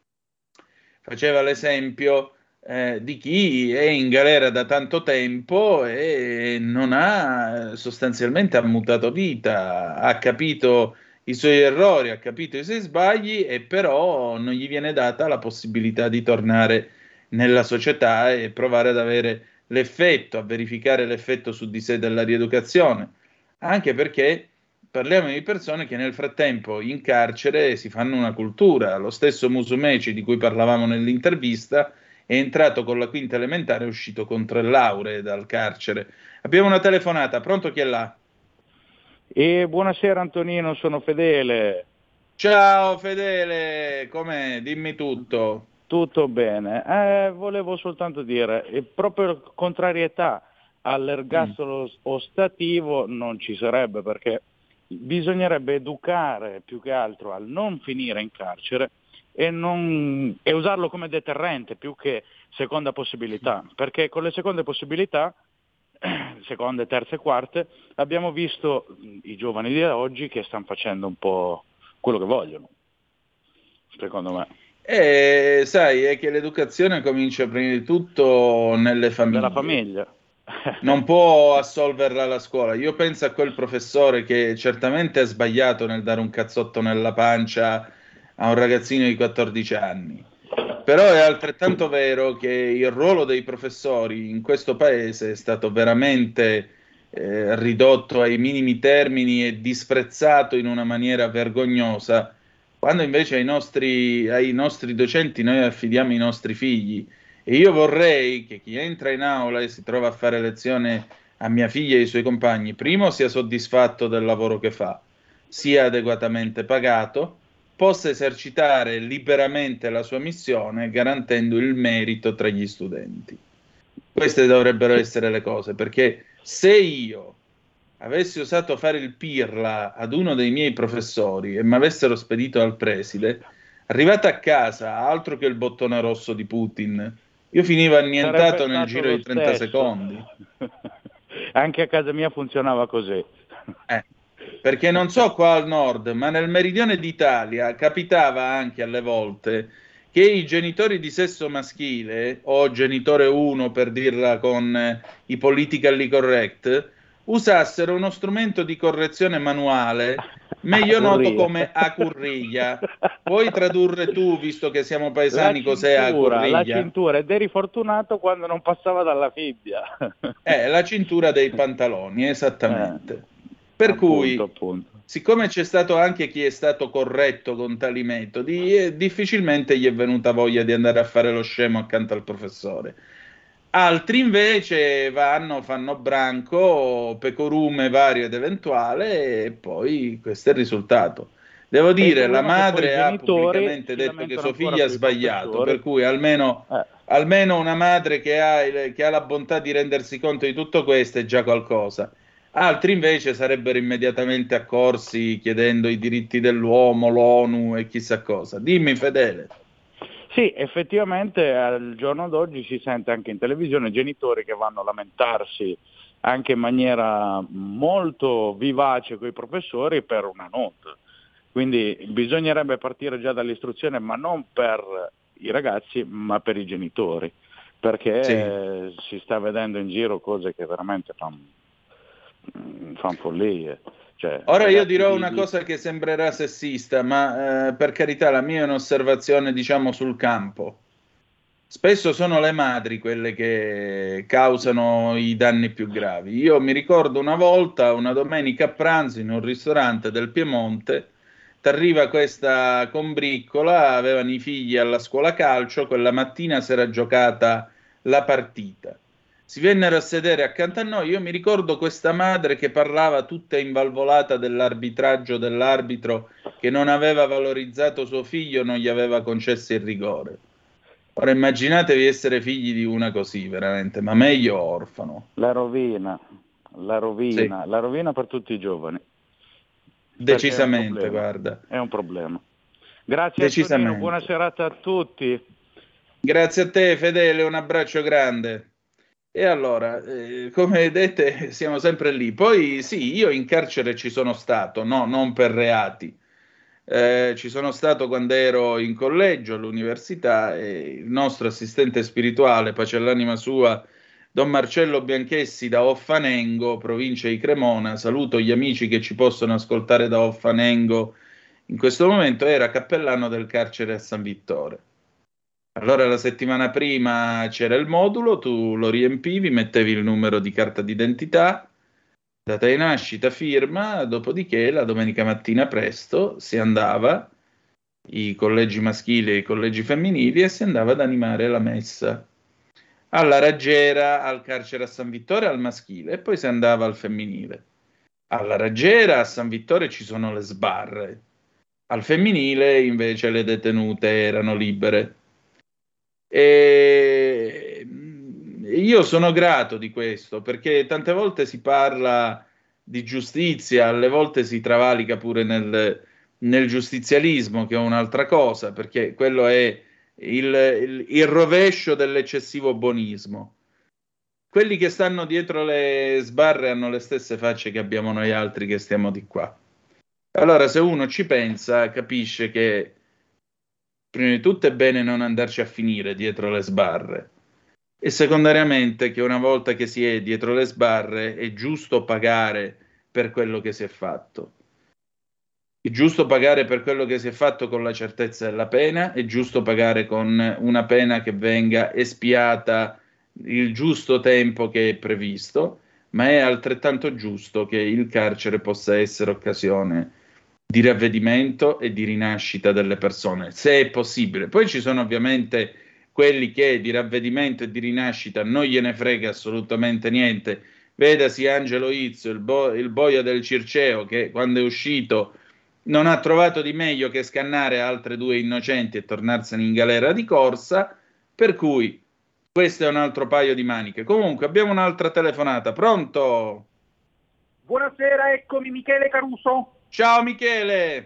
Speaker 3: faceva l'esempio eh, di chi è in galera da tanto tempo e non ha sostanzialmente ammutato vita, ha capito i suoi errori, ha capito i suoi sbagli e però non gli viene data la possibilità di tornare nella società e provare ad avere l'effetto, a verificare l'effetto su di sé della rieducazione, anche perché parliamo di persone che nel frattempo in carcere si fanno una cultura. Lo stesso Musumeci di cui parlavamo nell'intervista è entrato con la quinta elementare e è uscito con tre lauree dal carcere. Abbiamo una telefonata, pronto, chi è là?
Speaker 9: E buonasera Antonino, sono Fedele.
Speaker 3: Ciao Fedele, com'è? Dimmi tutto.
Speaker 9: Tutto bene. Eh, volevo soltanto dire, eh, proprio contrarietà all'ergastolo mm. ostativo non ci sarebbe, perché bisognerebbe educare più che altro al non finire in carcere e, non, e usarlo come deterrente più che seconda possibilità, perché con le seconde possibilità, seconde, terze e quarte, abbiamo visto i giovani di oggi che stanno facendo un po' quello che vogliono, secondo me.
Speaker 3: E sai, è che l'educazione comincia prima di tutto nelle famiglie.
Speaker 9: Nella famiglia.
Speaker 3: Non può assolverla la scuola. Io penso a quel professore che certamente ha sbagliato nel dare un cazzotto nella pancia a un ragazzino di quattordici anni, però è altrettanto vero che il ruolo dei professori in questo paese è stato veramente eh, ridotto ai minimi termini e disprezzato in una maniera vergognosa, quando invece ai nostri, ai nostri docenti noi affidiamo i nostri figli. E io vorrei che chi entra in aula e si trova a fare lezione a mia figlia e ai suoi compagni, primo sia soddisfatto del lavoro che fa, sia adeguatamente pagato, possa esercitare liberamente la sua missione garantendo il merito tra gli studenti. Queste dovrebbero essere le cose, perché se io avessi osato fare il pirla ad uno dei miei professori e mi avessero spedito al preside, arrivato a casa, altro che il bottone rosso di Putin, io finivo annientato nel giro di trenta
Speaker 9: stesso.
Speaker 3: secondi.
Speaker 9: Anche a casa mia funzionava così.
Speaker 3: Eh, perché non so qua al nord, ma nel meridione d'Italia capitava anche alle volte che i genitori di sesso maschile, o genitore uno per dirla con eh, i politically correct, usassero uno strumento di correzione manuale meglio noto come acurriglia. Puoi tradurre tu, visto che siamo paesani,
Speaker 9: la
Speaker 3: cos'è
Speaker 9: cintura,
Speaker 3: acurriglia?
Speaker 9: La cintura, ed eri fortunato quando non passava dalla fibbia.
Speaker 3: Eh, la cintura dei pantaloni, esattamente.
Speaker 9: Eh,
Speaker 3: per
Speaker 9: appunto,
Speaker 3: cui,
Speaker 9: appunto.
Speaker 3: siccome c'è stato anche chi è stato corretto con tali metodi, eh, difficilmente gli è venuta voglia di andare a fare lo scemo accanto al professore. Altri invece vanno, fanno branco, pecorume vario ed eventuale, e poi questo è il risultato. Devo dire, la madre ha pubblicamente detto che sua figlia ha sbagliato, per cui almeno,
Speaker 9: eh.
Speaker 3: almeno una madre che ha, il, che ha la bontà di rendersi conto di tutto questo è già qualcosa. Altri invece sarebbero immediatamente accorsi chiedendo i diritti dell'uomo, l'ONU e chissà cosa. Dimmi, Fedele.
Speaker 9: Sì, effettivamente al giorno d'oggi si sente anche in televisione genitori che vanno a lamentarsi anche in maniera molto vivace con i professori per una nota. Quindi bisognerebbe partire già dall'istruzione, ma non per i ragazzi, ma per i genitori, perché sì. Si sta vedendo in giro cose che veramente fanno fan follie. Cioè,
Speaker 3: ora io dirò
Speaker 9: di,
Speaker 3: una
Speaker 9: di...
Speaker 3: cosa che sembrerà sessista, ma eh, per carità la mia è un'osservazione, diciamo, sul campo. Spesso sono le madri quelle che causano i danni più gravi. Io mi ricordo una volta, una domenica a pranzo in un ristorante del Piemonte, t'arriva questa combriccola, avevano i figli alla scuola calcio, quella mattina si era giocata la partita. Si vennero a sedere accanto a noi, io mi ricordo questa madre che parlava tutta invalvolata dell'arbitraggio dell'arbitro che non aveva valorizzato suo figlio, non gli aveva concesso il rigore. Ora immaginatevi essere figli di una così, veramente, ma meglio orfano.
Speaker 9: La rovina, la rovina,
Speaker 3: sì.
Speaker 9: La rovina per tutti i giovani.
Speaker 3: Decisamente,
Speaker 9: è
Speaker 3: guarda.
Speaker 9: È un problema. Grazie Antonino, buona serata a tutti.
Speaker 3: Grazie a te Fedele, un abbraccio grande. E allora, eh, come vedete, siamo sempre lì. Poi sì, io in carcere ci sono stato, no, non per reati. Eh, ci sono stato quando ero in collegio all'università e il nostro assistente spirituale, pace all'anima sua, Don Marcello Bianchessi da Offanengo, provincia di Cremona. Saluto gli amici che ci possono ascoltare da Offanengo in questo momento. Era cappellano del carcere a San Vittore. Allora la settimana prima c'era il modulo, tu lo riempivi, mettevi il numero di carta d'identità, data di nascita, firma, dopodiché la domenica mattina presto si andava, i collegi maschili e i collegi femminili, e si andava ad animare la messa. Alla Raggiera, al carcere a San Vittore, al maschile, e poi si andava al femminile. Alla Raggiera, a San Vittore ci sono le sbarre, al femminile invece le detenute erano libere. E io sono grato di questo, perché tante volte si parla di giustizia, alle volte si travalica pure nel, nel giustizialismo, che è un'altra cosa, perché quello è il, il, il rovescio dell'eccessivo buonismo. Quelli che stanno dietro le sbarre hanno le stesse facce che abbiamo noi altri che stiamo di qua. Allora, se uno ci pensa, capisce che prima di tutto è bene non andarci a finire dietro le sbarre, e secondariamente che una volta che si è dietro le sbarre è giusto pagare per quello che si è fatto. È giusto pagare per quello che si è fatto con la certezza della pena, è giusto pagare con una pena che venga espiata il giusto tempo che è previsto, ma è altrettanto giusto che il carcere possa essere occasione di ravvedimento e di rinascita delle persone, se è possibile. Poi ci sono ovviamente quelli che di ravvedimento e di rinascita non gliene frega assolutamente niente. Vedasi Angelo Izzo, il, bo- il boia del Circeo, che quando è uscito non ha trovato di meglio che scannare altre due innocenti e tornarsene in galera di corsa, per cui questo è un altro paio di maniche. Comunque abbiamo un'altra telefonata. Pronto?
Speaker 10: Buonasera, eccomi Michele Caruso.
Speaker 3: Ciao Michele.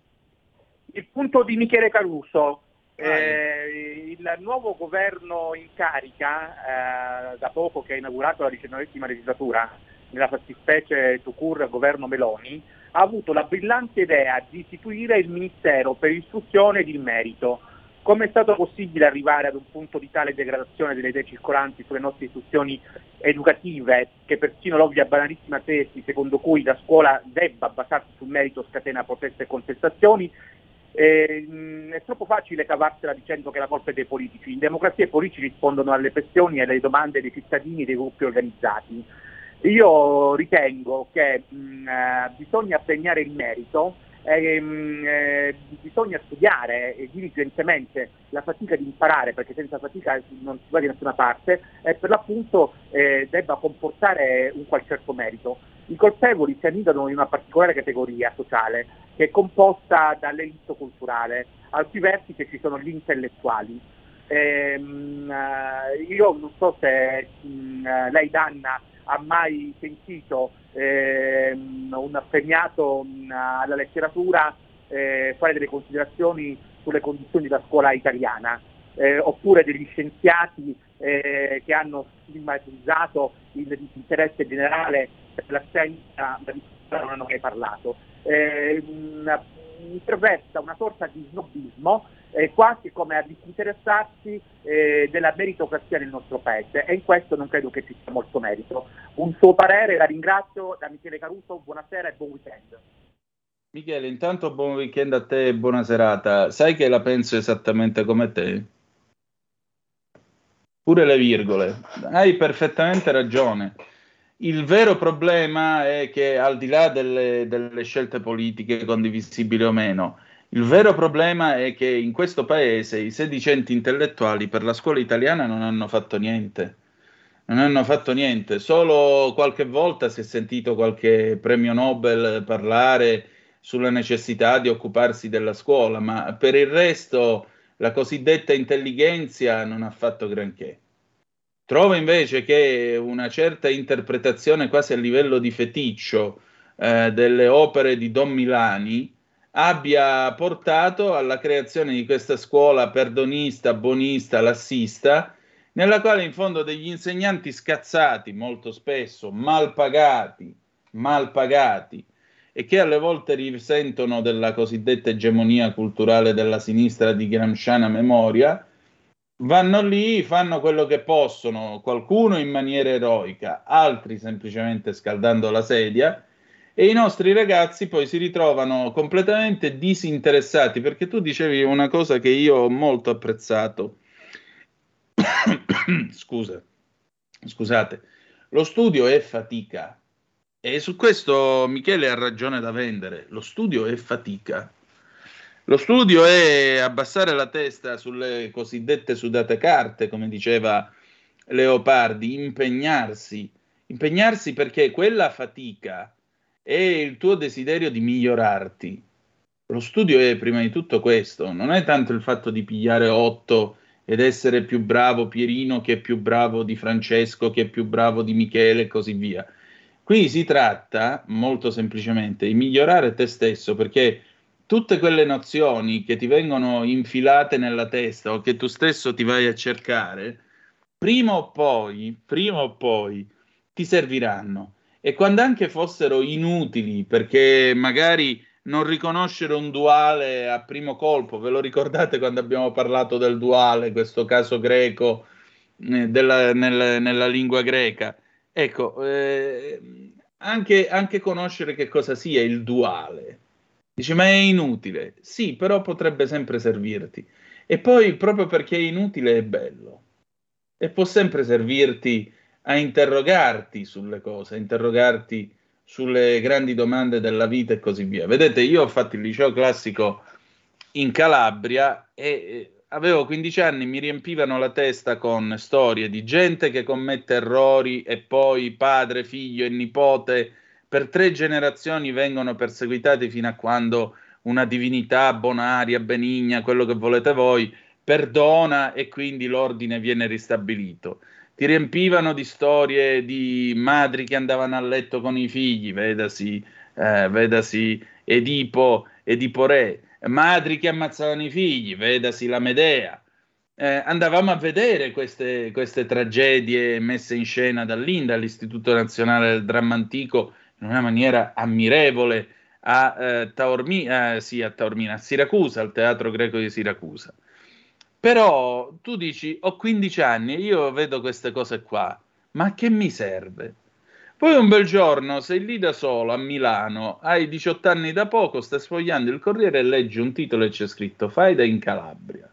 Speaker 10: Il punto di Michele Caruso. Eh, il nuovo governo in carica, eh, da poco che ha inaugurato la diciannovesima legislatura, nella fattispecie Tucur governo Meloni, ha avuto la brillante idea di istituire il Ministero per l'istruzione ed il merito. Come è stato possibile arrivare ad un punto di tale degradazione delle idee circolanti sulle nostre istituzioni educative, che persino l'ovvia banalissima tesi secondo cui la scuola debba basarsi sul merito scatena proteste e contestazioni? Eh, mh, è troppo facile cavarsela dicendo che la colpa è dei politici. In democrazia i politici rispondono alle pressioni e alle domande dei cittadini e dei gruppi organizzati. Io ritengo che mh, eh, bisogna premiare il merito, eh, mh, eh, bisogna studiare eh, diligentemente la fatica di imparare, perché senza fatica non si va da nessuna parte, e per l'appunto eh, debba comportare un qual certo merito. I colpevoli si annidano in una particolare categoria sociale che è composta dall'elitto culturale, al cui vertice ci sono gli intellettuali. Ehm, io non so se mh, lei Danna ha mai sentito ehm, un premiato mh, alla letteratura eh, fare delle considerazioni sulle condizioni della scuola italiana, eh, oppure degli scienziati eh, che hanno stigmatizzato il disinteresse generale per la scienza, non hanno mai parlato. Eh, mh, intervesta una sorta di snobismo, eh, quasi come a disinteressarsi eh, della meritocrazia nel nostro paese, e in questo non credo che ci sia molto merito. Un suo parere, la ringrazio, da Michele Caruso, buonasera e buon weekend.
Speaker 3: Michele, intanto buon weekend a te e buona serata. Sai che la penso esattamente come te? Pure le virgole. Hai perfettamente ragione. Il vero problema è che, al di là delle, delle scelte politiche condivisibili o meno, il vero problema è che in questo paese i sedicenti intellettuali per la scuola italiana non hanno fatto niente. Non hanno fatto niente. Solo qualche volta si è sentito qualche premio Nobel parlare sulla necessità di occuparsi della scuola, ma per il resto la cosiddetta intellighenzia non ha fatto granché. Trovo invece che una certa interpretazione quasi a livello di feticcio eh, delle opere di Don Milani abbia portato alla creazione di questa scuola perdonista, buonista, lassista, nella quale in fondo degli insegnanti scazzati, molto spesso mal pagati, mal pagati, e che alle volte risentono della cosiddetta egemonia culturale della sinistra di gramsciana memoria, vanno lì, fanno quello che possono, qualcuno in maniera eroica, altri semplicemente scaldando la sedia, e i nostri ragazzi poi si ritrovano completamente disinteressati, perché tu dicevi una cosa che io ho molto apprezzato. Scusa, scusate, lo studio è fatica. E su questo Michele ha ragione da vendere. Lo studio è fatica. Lo studio è abbassare la testa sulle cosiddette sudate carte, come diceva Leopardi, impegnarsi. Impegnarsi perché quella fatica è il tuo desiderio di migliorarti. Lo studio è prima di tutto questo, non è tanto il fatto di pigliare otto ed essere più bravo Pierino che è più bravo di Francesco, che è più bravo di Michele e così via. Qui si tratta molto semplicemente di migliorare te stesso, perché tutte quelle nozioni che ti vengono infilate nella testa o che tu stesso ti vai a cercare, prima o poi, prima o poi ti serviranno. E quando anche fossero inutili, perché magari non riconoscere un duale a primo colpo, ve lo ricordate quando abbiamo parlato del duale, questo caso greco eh, della, nel, nella lingua greca? Ecco, eh, anche, anche conoscere che cosa sia il duale. Dice, ma è inutile. Sì, però potrebbe sempre servirti. E poi, proprio perché è inutile, è bello. E può sempre servirti a interrogarti sulle cose, a interrogarti sulle grandi domande della vita e così via. Vedete, io ho fatto il liceo classico in Calabria e eh, avevo quindici anni, mi riempivano la testa con storie di gente che commette errori e poi padre, figlio e nipote per tre generazioni vengono perseguitati fino a quando una divinità bonaria, benigna, quello che volete voi, perdona e quindi l'ordine viene ristabilito. Ti riempivano di storie di madri che andavano a letto con i figli, vedasi, eh, vedasi Edipo, Edipo Re, madri che ammazzavano i figli, vedasi la Medea. Eh, andavamo a vedere queste, queste tragedie messe in scena dall'I N D, dall'Istituto Nazionale del Dramma Antico, in una maniera ammirevole a, eh, Taormina, eh, sì, a Taormina, a Siracusa, al Teatro Greco di Siracusa. Però tu dici, ho quindici anni e io vedo queste cose qua, ma che mi serve? Poi un bel giorno sei lì da solo a Milano, hai diciotto anni da poco, stai sfogliando il Corriere e leggi un titolo e c'è scritto Faida in Calabria.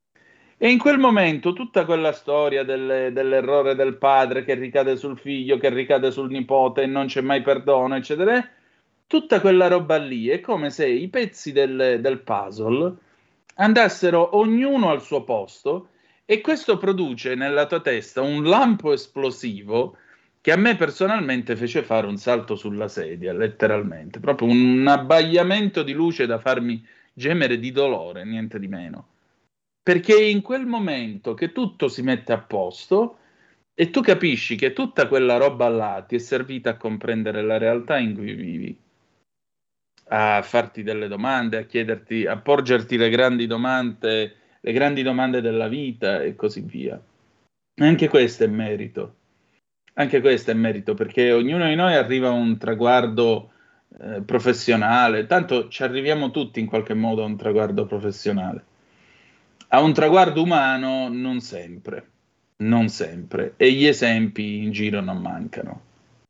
Speaker 3: E in quel momento tutta quella storia delle, dell'errore del padre che ricade sul figlio, che ricade sul nipote e non c'è mai perdono, eccetera, tutta quella roba lì è come se i pezzi del, del puzzle andassero ognuno al suo posto e questo produce nella tua testa un lampo esplosivo che a me personalmente fece fare un salto sulla sedia, letteralmente, proprio un abbagliamento di luce da farmi gemere di dolore, niente di meno. Perché è in quel momento che tutto si mette a posto e tu capisci che tutta quella roba là ti è servita a comprendere la realtà in cui vivi, a farti delle domande, a chiederti, a porgerti le grandi domande, le grandi domande della vita e così via. Anche questo è merito. Anche questo è merito, perché ognuno di noi arriva a un traguardo eh, professionale, tanto ci arriviamo tutti in qualche modo a un traguardo professionale. A un traguardo umano non sempre, non sempre, e gli esempi in giro non mancano.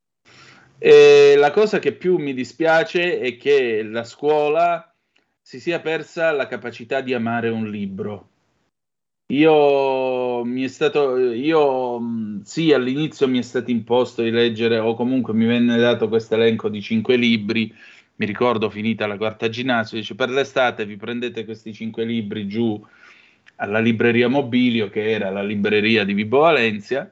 Speaker 3: E la cosa che più mi dispiace è che la scuola si sia persa la capacità di amare un libro. Io mi è stato, io sì, all'inizio mi è stato imposto di leggere, o comunque mi venne dato questo elenco di cinque libri. Mi ricordo, finita la quarta ginnasio, dice per l'estate vi prendete questi cinque libri giù alla libreria Mobilio, che era la libreria di Vibo Valencia,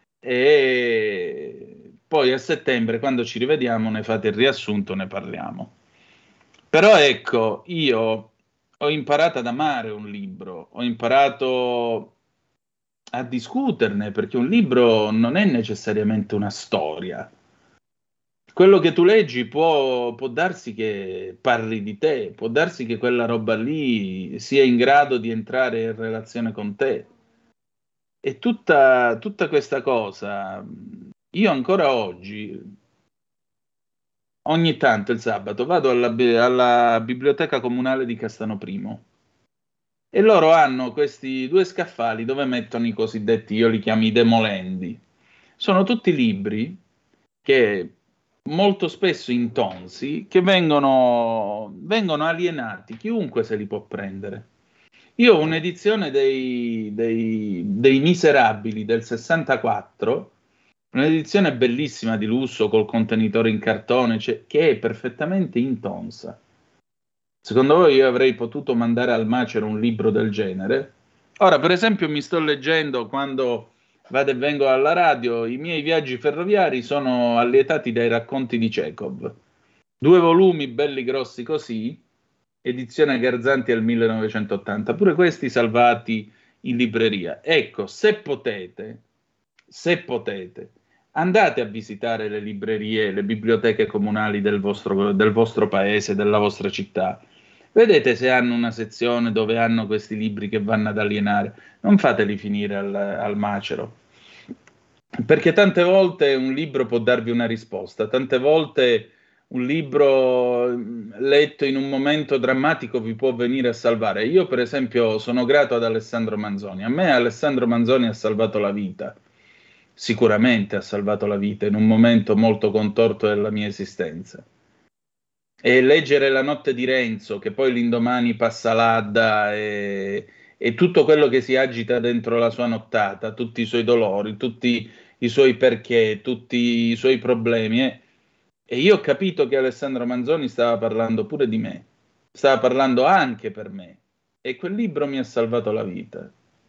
Speaker 3: e poi a settembre, quando ci rivediamo, ne fate il riassunto, ne parliamo. Però ecco, io ho imparato ad amare un libro, ho imparato a discuterne, perché un libro non è necessariamente una storia. Quello che tu leggi può, può darsi che parli di te, può darsi che quella roba lì sia in grado di entrare in relazione con te. E tutta, tutta questa cosa, io ancora oggi, ogni tanto il sabato, vado alla, alla biblioteca comunale di Castano Primo e loro hanno questi due scaffali dove mettono i cosiddetti, io li chiamo i demolendi. Sono tutti libri che molto spesso intonsi, che vengono, vengono alienati, chiunque se li può prendere. Io ho un'edizione dei, dei, dei Miserabili del sessantaquattro, un'edizione bellissima di lusso col contenitore in cartone, cioè, che è perfettamente intonsa. Secondo voi io avrei potuto mandare al macero un libro del genere? Ora, per esempio, mi sto leggendo, quando vado e vengo alla radio, i miei viaggi ferroviari sono allietati dai racconti di Chekhov. Due volumi belli grossi così, edizione Garzanti al millenovecentottanta, pure questi salvati in libreria. Ecco, se potete, se potete, andate a visitare le librerie, le biblioteche comunali del vostro, del vostro paese, della vostra città. Vedete se hanno una sezione dove hanno questi libri che vanno ad alienare. Non fateli finire al, al macero. Perché tante volte un libro può darvi una risposta, tante volte un libro letto in un momento drammatico vi può venire a salvare. Io, per esempio, sono grato ad Alessandro Manzoni. A me Alessandro Manzoni ha salvato la vita. Sicuramente ha salvato la vita in un momento molto contorto della mia esistenza. E leggere La notte di Renzo, che poi l'indomani passa l'Adda e, e tutto quello che si agita dentro la sua nottata, tutti i suoi dolori, tutti i suoi perché, tutti i suoi problemi. Eh. E io ho capito che Alessandro Manzoni stava parlando pure di me, stava parlando anche per me. E quel libro mi ha salvato la vita.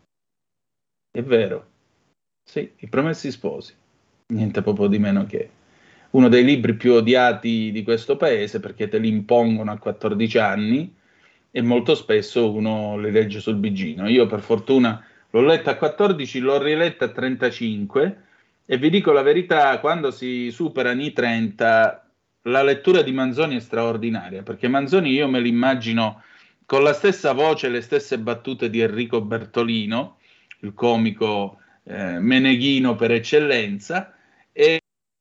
Speaker 3: È vero. Sì, I Promessi Sposi. Niente proprio di meno che uno dei libri più odiati di questo paese, perché te li impongono a quattordici anni e molto spesso uno li legge sul bigino. Io per fortuna l'ho letta a quattordici, l'ho riletta a trentacinque e vi dico la verità, quando si superano i trenta la lettura di Manzoni è straordinaria, perché Manzoni io me l'immagino con la stessa voce e le stesse battute di Enrico Bertolino, il comico eh, meneghino per eccellenza, e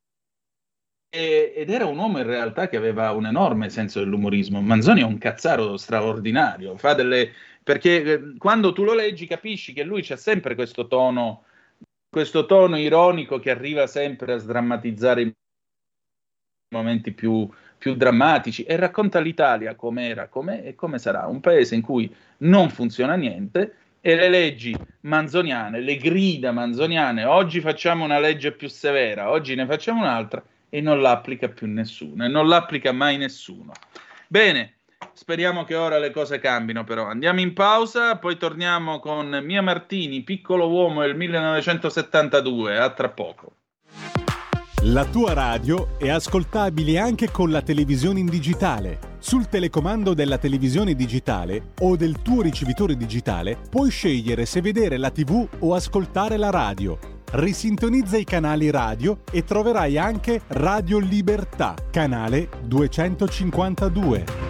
Speaker 3: ed era un uomo in realtà che aveva un enorme senso dell'umorismo. Manzoni è un cazzaro straordinario, fa delle... perché quando tu lo leggi capisci che lui c'ha sempre questo tono, questo tono ironico che arriva sempre a sdrammatizzare i momenti più, più drammatici e racconta l'Italia com'era, com'è e come sarà, un paese in cui non funziona niente e le leggi manzoniane, le grida manzoniane, oggi facciamo una legge più severa, oggi ne facciamo un'altra, e non l'applica più nessuno, e non l'applica mai nessuno. Bene, speriamo che ora le cose cambino però. Andiamo in pausa, poi torniamo con Mia Martini, Piccolo Uomo del millenovecentosettantadue, a tra poco.
Speaker 1: La tua radio è ascoltabile anche con la televisione in digitale. Sul telecomando della televisione digitale o del tuo ricevitore digitale puoi scegliere se vedere la tivù o ascoltare la radio. Risintonizza i canali radio e troverai anche Radio Libertà, canale duecentocinquantadue.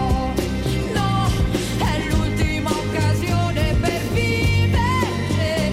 Speaker 8: È l'ultima occasione per vivere.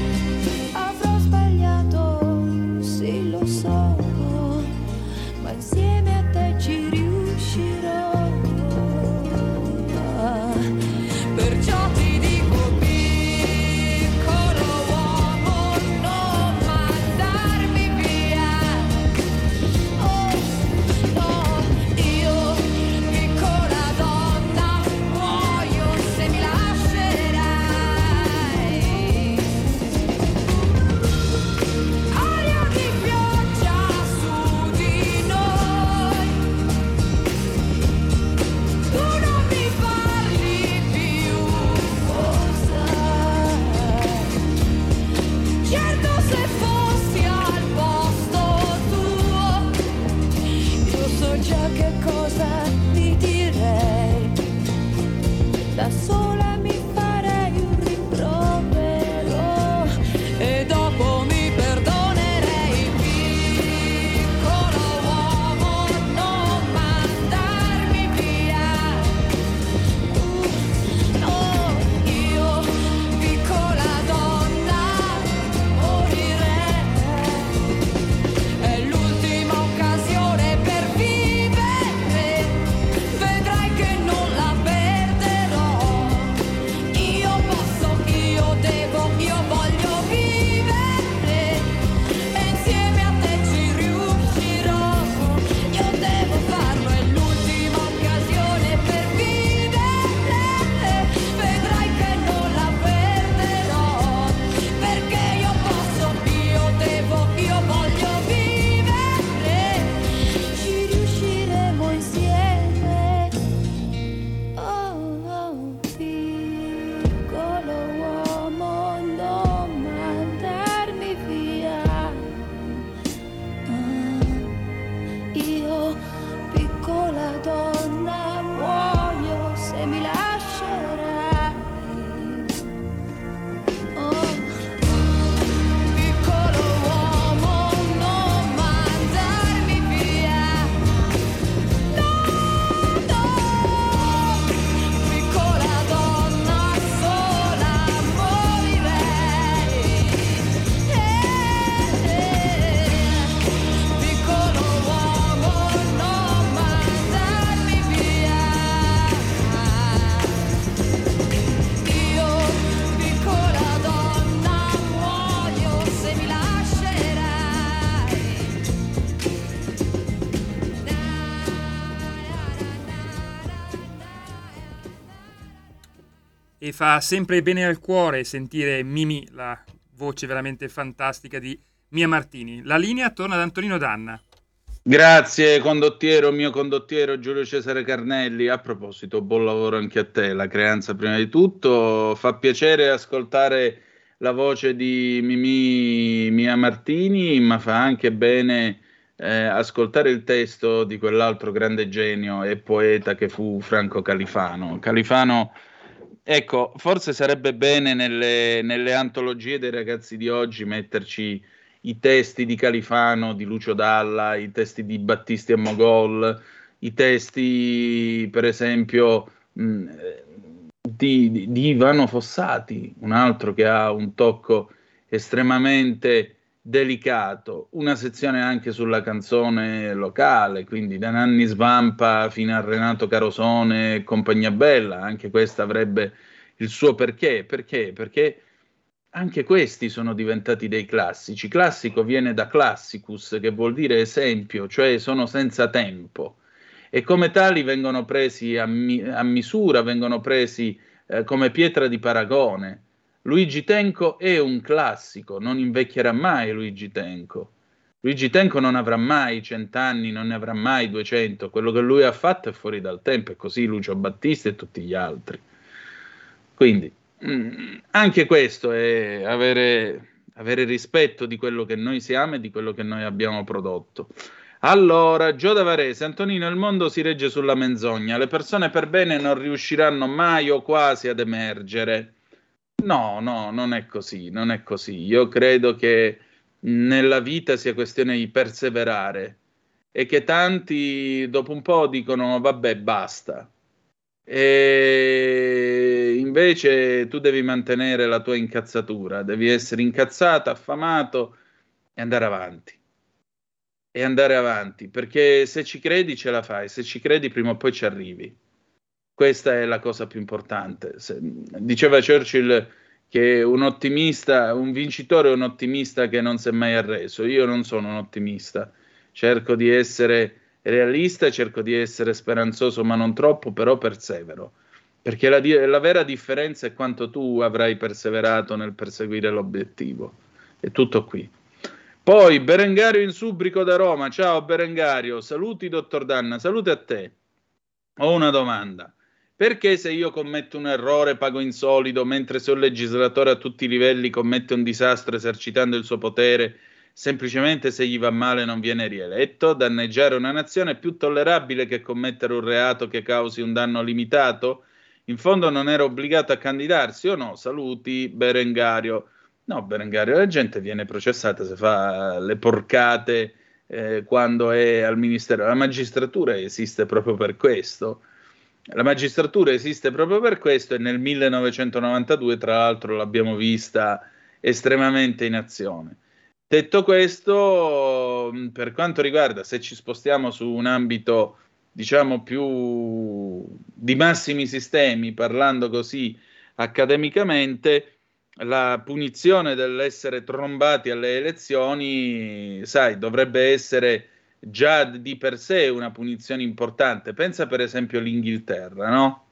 Speaker 2: e fa sempre bene al cuore sentire Mimì, la voce veramente fantastica di Mia Martini. La linea torna ad Antonino Danna.
Speaker 3: Grazie condottiero, mio condottiero Giulio Cesare Carnelli. A proposito, buon lavoro anche a te, la creanza prima di tutto. Fa piacere ascoltare la voce di Mimì Mia Martini, ma fa anche bene eh, ascoltare il testo di quell'altro grande genio e poeta che fu Franco Califano. Califano, ecco, forse sarebbe bene nelle, nelle antologie dei ragazzi di oggi metterci i testi di Califano, di Lucio Dalla, i testi di Battisti e Mogol, i testi, per esempio, mh, di, di, di Ivano Fossati, un altro che ha un tocco estremamente delicato, una sezione anche sulla canzone locale, quindi da Nanni Svampa fino a Renato Carosone e compagnia bella, anche questa avrebbe il suo perché. Perché? Perché anche questi sono diventati dei classici. Classico viene da classicus, che vuol dire esempio, cioè sono senza tempo, e come tali vengono presi a, mi- a misura, vengono presi eh, come pietra di paragone. Luigi Tenco è un classico, non invecchierà mai Luigi Tenco. Luigi Tenco non avrà mai cent'anni, non ne avrà mai duecento. Quello che lui ha fatto è fuori dal tempo, e così Lucio Battisti e tutti gli altri. Quindi anche questo è avere, avere rispetto di quello che noi siamo e di quello che noi abbiamo prodotto. Allora, Gio da Varese, Antonino, il mondo si regge sulla menzogna, le persone per bene non riusciranno mai o quasi ad emergere. No, no, non è così, non è così. Io credo che nella vita sia questione di perseverare e che tanti dopo un po' dicono vabbè, basta. E invece tu devi mantenere la tua incazzatura, devi essere incazzato, affamato e andare avanti. E andare avanti, perché se ci credi ce la fai, se ci credi prima o poi ci arrivi. Questa è la cosa più importante. Se, diceva Churchill che un ottimista, un vincitore è un ottimista che non si è mai arreso. Io non sono un ottimista, cerco di essere realista, cerco di essere speranzoso ma non troppo, però persevero, perché la, la vera differenza è quanto tu avrai perseverato nel perseguire l'obiettivo. È tutto qui. Poi Berengario in Subrico da Roma. Ciao Berengario, saluti dottor Danna, salute a te. Ho una domanda: perché se io commetto un errore pago in solido, mentre se un legislatore a tutti i livelli commette un disastro esercitando il suo potere, semplicemente se gli va male non viene rieletto? Danneggiare una nazione è più tollerabile che commettere un reato che causi un danno limitato? In fondo non era obbligato a candidarsi o no? Saluti Berengario. No, Berengario, la gente viene processata se fa le porcate eh, quando è al ministero. La magistratura esiste proprio per questo. La magistratura esiste proprio per questo, e nel millenovecentonovantadue tra l'altro l'abbiamo vista estremamente in azione. Detto questo, per quanto riguarda, se ci spostiamo su un ambito diciamo più di massimi sistemi, parlando così accademicamente, la punizione dell'essere trombati alle elezioni, sai, dovrebbe essere già di per sé una punizione importante. Pensa per esempio all'Inghilterra, no?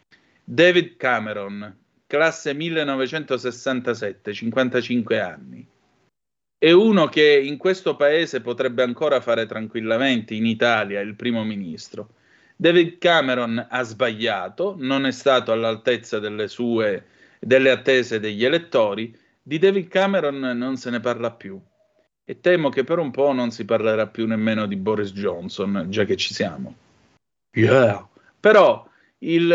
Speaker 3: David Cameron, classe millenovecentosessantasette, cinquantacinque anni. È uno che in questo paese potrebbe ancora fare tranquillamente, in Italia, il primo ministro. David Cameron ha sbagliato, non è stato all'altezza delle sue, delle attese degli elettori. Di David Cameron non se ne parla più. E temo che per un po' non si parlerà più nemmeno di Boris Johnson, già che ci siamo. Yeah. Però il,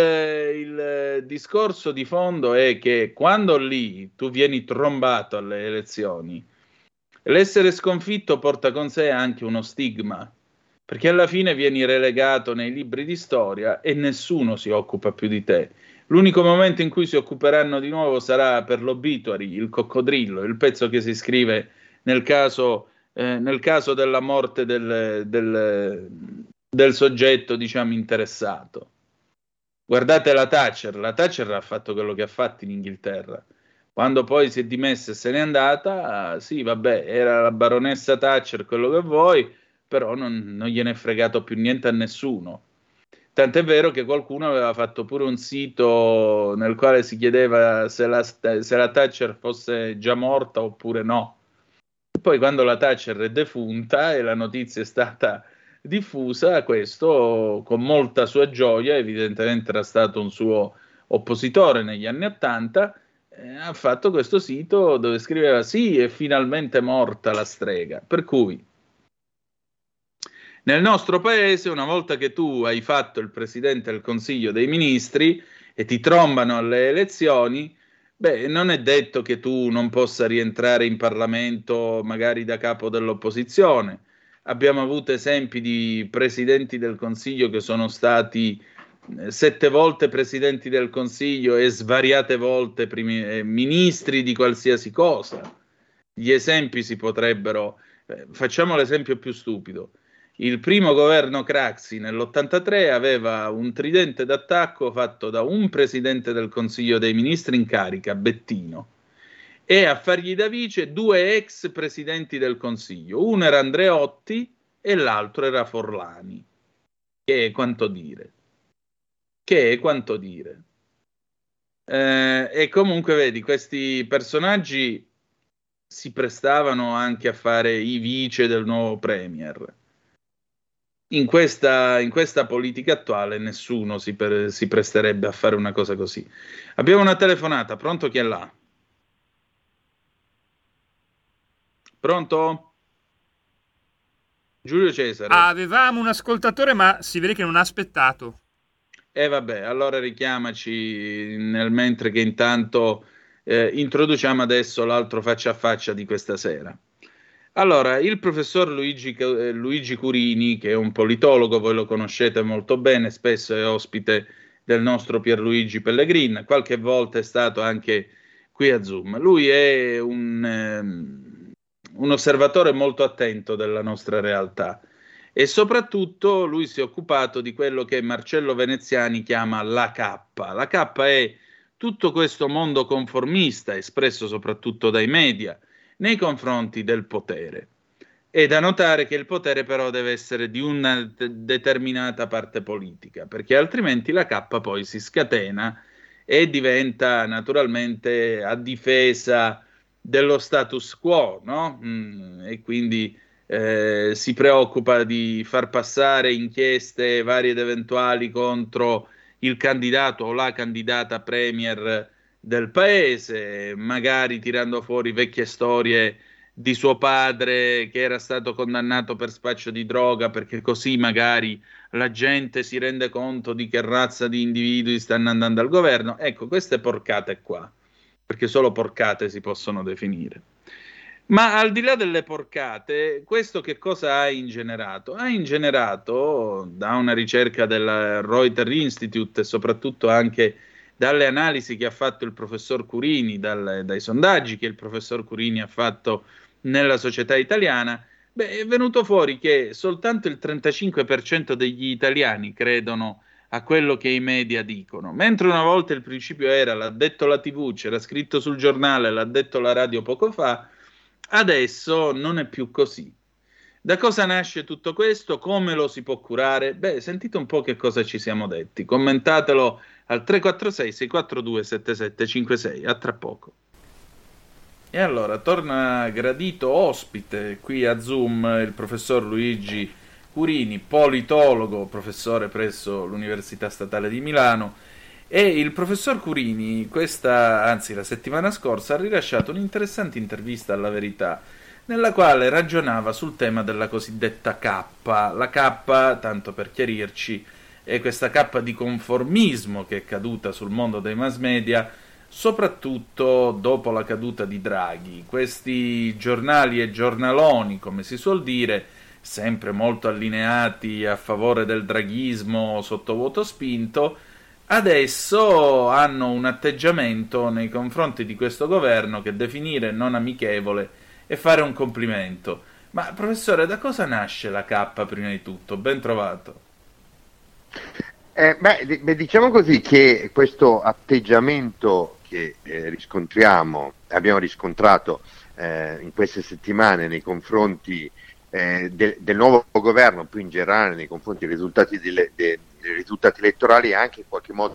Speaker 3: il discorso di fondo è che quando lì tu vieni trombato alle elezioni, l'essere sconfitto porta con sé anche uno stigma, perché alla fine vieni relegato nei libri di storia e nessuno si occupa più di te. L'unico momento in cui si occuperanno di nuovo sarà per l'obituary, il coccodrillo, il pezzo che si scrive nel caso, eh, nel caso della morte del, del, del soggetto, diciamo, interessato. Guardate la Thatcher, la Thatcher ha fatto quello che ha fatto in Inghilterra. Quando poi si è dimessa e se n'è andata, sì, vabbè, era la baronessa Thatcher, quello che vuoi, però non, non gliene è fregato più niente a nessuno. Tant'è vero che qualcuno aveva fatto pure un sito nel quale si chiedeva se la, se la Thatcher fosse già morta oppure no. Poi quando la Thatcher è defunta e la notizia è stata diffusa, questo con molta sua gioia, evidentemente era stato un suo oppositore negli anni Ottanta, eh, ha fatto questo sito dove scriveva sì, è finalmente morta la strega. Per cui nel nostro paese, una volta che tu hai fatto il Presidente del Consiglio dei Ministri e ti trombano alle elezioni, beh, non è detto che tu non possa rientrare in Parlamento magari da capo dell'opposizione. Abbiamo avuto esempi di Presidenti del Consiglio che sono stati eh, sette volte Presidenti del Consiglio e svariate volte primi, eh, ministri di qualsiasi cosa. Gli esempi si potrebbero... Eh, facciamo l'esempio più stupido. Il primo governo Craxi nell'ottantatré aveva un tridente d'attacco fatto da un presidente del Consiglio dei Ministri in carica, Bettino, e a fargli da vice due ex presidenti del Consiglio. Uno era Andreotti e l'altro era Forlani. Che è quanto dire. Che è quanto dire. Eh, e comunque, vedi, questi personaggi si prestavano anche a fare i vice del nuovo premier. In questa, in questa politica attuale nessuno si, per, si presterebbe a fare una cosa così. Abbiamo una telefonata, pronto, chi è là? Pronto? Giulio Cesare.
Speaker 2: Avevamo un ascoltatore ma si vede che non ha aspettato.
Speaker 3: E eh vabbè, allora richiamaci nel mentre che intanto eh, introduciamo adesso l'altro faccia a faccia di questa sera. Allora, il professor Luigi, eh, Luigi Curini, che è un politologo, voi lo conoscete molto bene, spesso è ospite del nostro Pierluigi Pellegrin, qualche volta è stato anche qui a Zoom. Lui è un, ehm, un osservatore molto attento della nostra realtà e soprattutto lui si è occupato di quello che Marcello Veneziani chiama la cappa. La cappa è tutto questo mondo conformista, espresso soprattutto dai media, nei confronti del potere. È da notare che il potere però deve essere di una de- determinata parte politica, perché altrimenti la cappa poi si scatena e diventa naturalmente a difesa dello status quo, no? Mm, e quindi eh, si preoccupa di far passare inchieste varie ed eventuali contro il candidato o la candidata premier del paese, magari tirando fuori vecchie storie di suo padre che era stato condannato per spaccio di droga, perché così magari la gente si rende conto di che razza di individui stanno andando al governo. Ecco, queste porcate qua, perché solo porcate si possono definire. Ma al di là delle porcate, questo che cosa ha ingenerato? Ha ingenerato, da una ricerca del Reuters Institute e soprattutto anche dalle analisi che ha fatto il professor Curini, dal, dai sondaggi che il professor Curini ha fatto nella società italiana, beh, è venuto fuori che soltanto il trentacinque per cento degli italiani credono a quello che i media dicono, mentre una volta il principio era l'ha detto la tivù, c'era scritto sul giornale, l'ha detto la radio poco fa, adesso non è più così. Da cosa nasce tutto questo? Come lo si può curare? Beh, sentite un po' che cosa ci siamo detti. Commentatelo al tre quattro sei sei quattro due sette sette cinque sei. A tra poco. E allora, torna gradito ospite qui a Zoom il professor Luigi Curini, politologo, professore presso l'Università Statale di Milano. E il professor Curini, questa, anzi la settimana scorsa, ha rilasciato un'interessante intervista alla Verità, nella quale ragionava sul tema della cosiddetta cappa. La cappa, tanto per chiarirci, è questa cappa di conformismo che è caduta sul mondo dei mass media, soprattutto dopo la caduta di Draghi. Questi giornali e giornaloni, come si suol dire, sempre molto allineati a favore del draghismo sottovuoto spinto, adesso hanno un atteggiamento nei confronti di questo governo che definire non amichevole e fare un complimento. Ma professore, da cosa nasce la cappa prima di tutto? Ben trovato.
Speaker 11: Eh, beh, beh, diciamo così che questo atteggiamento che eh, riscontriamo, abbiamo riscontrato eh, in queste settimane nei confronti eh, de, del nuovo governo, più in generale nei confronti dei risultati delle, de, i risultati elettorali è anche in qualche modo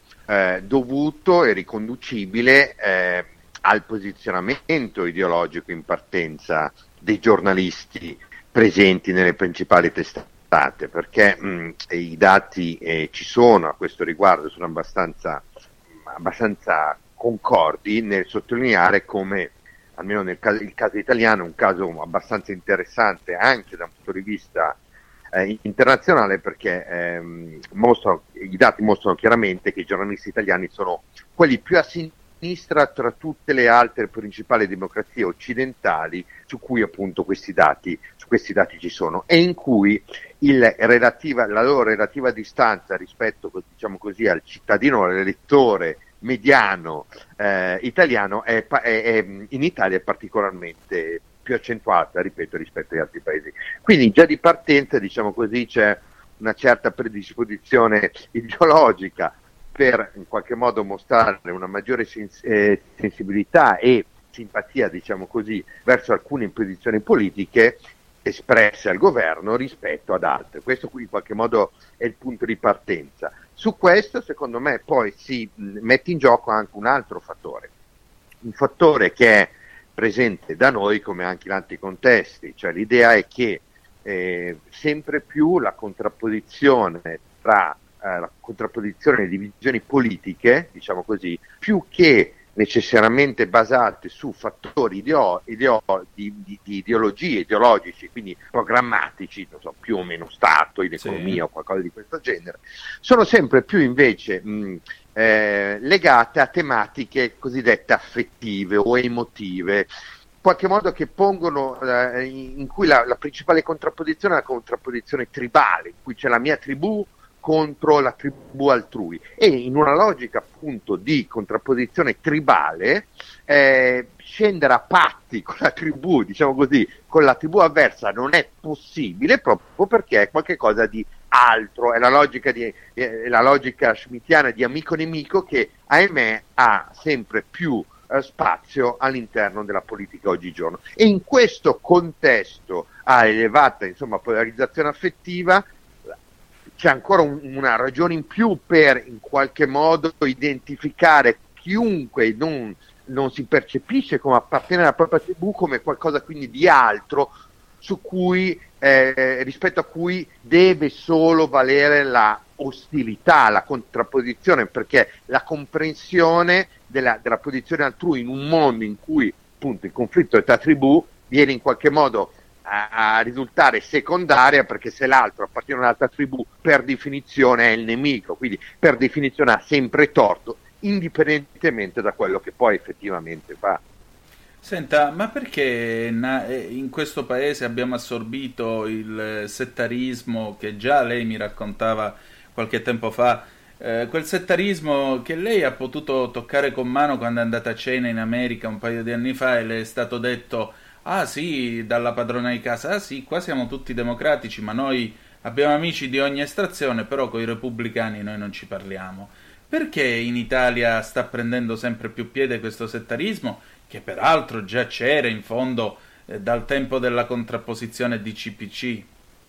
Speaker 11: eh, dovuto e riconducibile eh, al posizionamento ideologico in partenza dei giornalisti presenti nelle principali testate, perché mh, i dati eh, ci sono a questo riguardo, sono abbastanza, abbastanza concordi nel sottolineare come, almeno nel caso, il caso italiano, è un caso abbastanza interessante anche da un punto di vista eh, internazionale, perché ehm, mostrano, i dati mostrano chiaramente che i giornalisti italiani sono quelli più a sinistra tra tutte le altre principali democrazie occidentali su cui appunto questi dati, su questi dati ci sono, e in cui il relativa, la loro relativa distanza rispetto, diciamo così, al cittadino, all'elettore mediano eh, italiano è, è, è in Italia è particolarmente più accentuata, ripeto, rispetto agli altri paesi. Quindi già di partenza, diciamo così, c'è una certa predisposizione ideologica per in qualche modo mostrare una maggiore sens- eh, sensibilità e simpatia, diciamo così, verso alcune posizioni politiche espresse al governo rispetto ad altre. Questo qui in qualche modo è il punto di partenza. Su questo, secondo me, poi si mh, mette in gioco anche un altro fattore, un fattore che è presente da noi come anche in altri contesti, cioè l'idea è che eh, sempre più la contrapposizione tra eh, la contrapposizione e le divisioni politiche, diciamo così, più che necessariamente basate su fattori ideo- ideo- di, di, di ideologie ideologici, quindi programmatici, non so, più o meno Stato, in economia sì. o qualcosa di questo genere, sono sempre più invece mh, eh, legate a tematiche cosiddette affettive o emotive, in qualche modo che pongono, eh, in cui la, la principale contrapposizione è la contrapposizione tribale, in cui c'è la mia tribù contro la tribù altrui, e in una logica appunto di contrapposizione tribale eh, scendere a patti con la tribù, diciamo così, con la tribù avversa non è possibile, proprio perché è qualcosa di altro, è la logica, di, è la logica schmittiana di amico-nemico che ahimè ha sempre più eh, spazio all'interno della politica oggigiorno, e in questo contesto a elevata insomma polarizzazione affettiva c'è ancora un, una ragione in più per in qualche modo identificare chiunque non, non si percepisce come appartenere alla propria tribù come qualcosa quindi di altro, su cui eh, rispetto a cui deve solo valere la ostilità, la contrapposizione, perché la comprensione della, della posizione altrui in un mondo in cui appunto il conflitto tra tribù viene in qualche modo a risultare secondaria, perché se l'altro appartiene a un'altra tribù per definizione è il nemico, quindi per definizione ha sempre torto, indipendentemente da quello che poi effettivamente fa.
Speaker 3: Senta, ma perché in questo paese abbiamo assorbito il settarismo che già lei mi raccontava qualche tempo fa, eh, quel settarismo che lei ha potuto toccare con mano quando è andata a cena in America un paio di anni fa e le è stato detto: ah sì, dalla padrona di casa, ah sì, qua siamo tutti democratici, ma noi abbiamo amici di ogni estrazione, però con i repubblicani noi non ci parliamo. Perché in Italia sta prendendo sempre più piede questo settarismo, che peraltro già c'era in fondo eh, dal tempo della contrapposizione D C P C?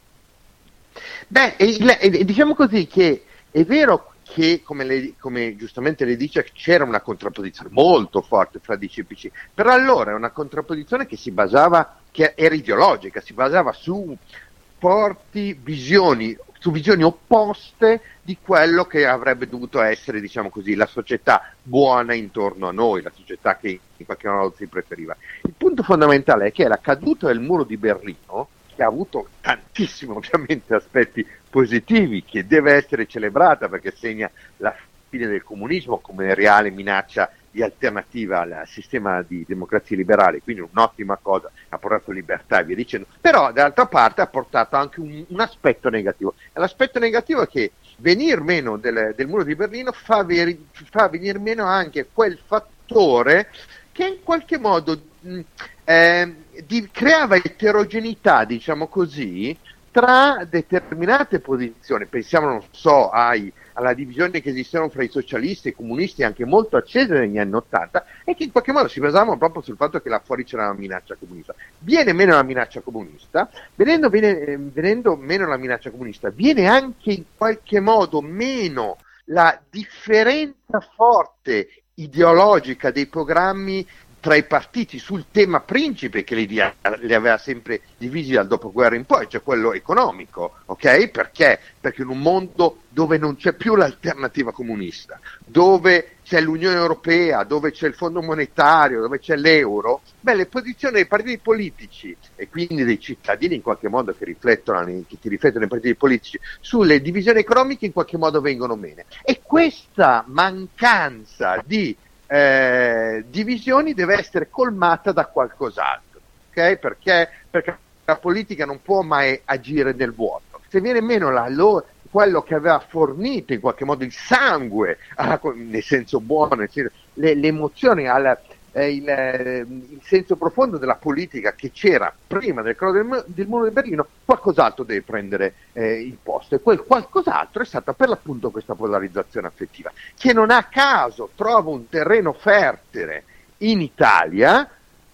Speaker 11: Beh, e, e, diciamo così che è vero che, come, le, come giustamente le dice, c'era una contrapposizione molto forte fra D C P C, però allora è una contrapposizione che si basava, che era ideologica, si basava su forti visioni, su visioni opposte di quello che avrebbe dovuto essere, diciamo così, la società buona intorno a noi, la società che in qualche modo si preferiva. Il punto fondamentale è che la caduta del muro di Berlino, che ha avuto tantissimi ovviamente aspetti positivi, che deve essere celebrata perché segna la fine del comunismo come reale minaccia di alternativa al sistema di democrazia liberale, quindi un'ottima cosa, ha portato libertà e via dicendo, però dall'altra parte ha portato anche un, un aspetto negativo, e l'aspetto negativo è che venir meno del, del muro di Berlino fa, veri, fa venir meno anche quel fattore che in qualche modo mh, eh, di, creava eterogeneità, diciamo così, tra determinate posizioni, pensiamo, non so, ai, alla divisione che esistevano fra i socialisti e i comunisti, anche molto accese negli anni Ottanta, e che in qualche modo si basavano proprio sul fatto che là fuori c'era una minaccia comunista. Viene meno la minaccia comunista, venendo, viene, venendo meno la minaccia comunista, viene anche in qualche modo meno la differenza forte ideologica dei programmi tra i partiti sul tema principe che li, li aveva sempre divisi dal dopoguerra in poi, cioè quello economico, ok? Perché? Perché in un mondo dove non c'è più l'alternativa comunista, dove c'è l'Unione Europea, dove c'è il Fondo Monetario, dove c'è l'euro, beh, le posizioni dei partiti politici e quindi dei cittadini in qualche modo che riflettono, che ti riflettono i partiti politici sulle divisioni economiche in qualche modo vengono meno. E questa mancanza di Eh, divisioni deve essere colmata da qualcos'altro, ok? Perché, perché la politica non può mai agire nel vuoto. Se viene meno la, lo, quello che aveva fornito in qualche modo il sangue, alla, nel senso buono, nel senso, le, le emozioni, alla, eh, il, eh, il senso profondo della politica che c'era prima del crollo del, del muro di Berlino, qualcos'altro deve prendere eh, il posto, e quel qualcos'altro è stata per l'appunto questa polarizzazione affettiva, che non a caso trova un terreno fertile in Italia,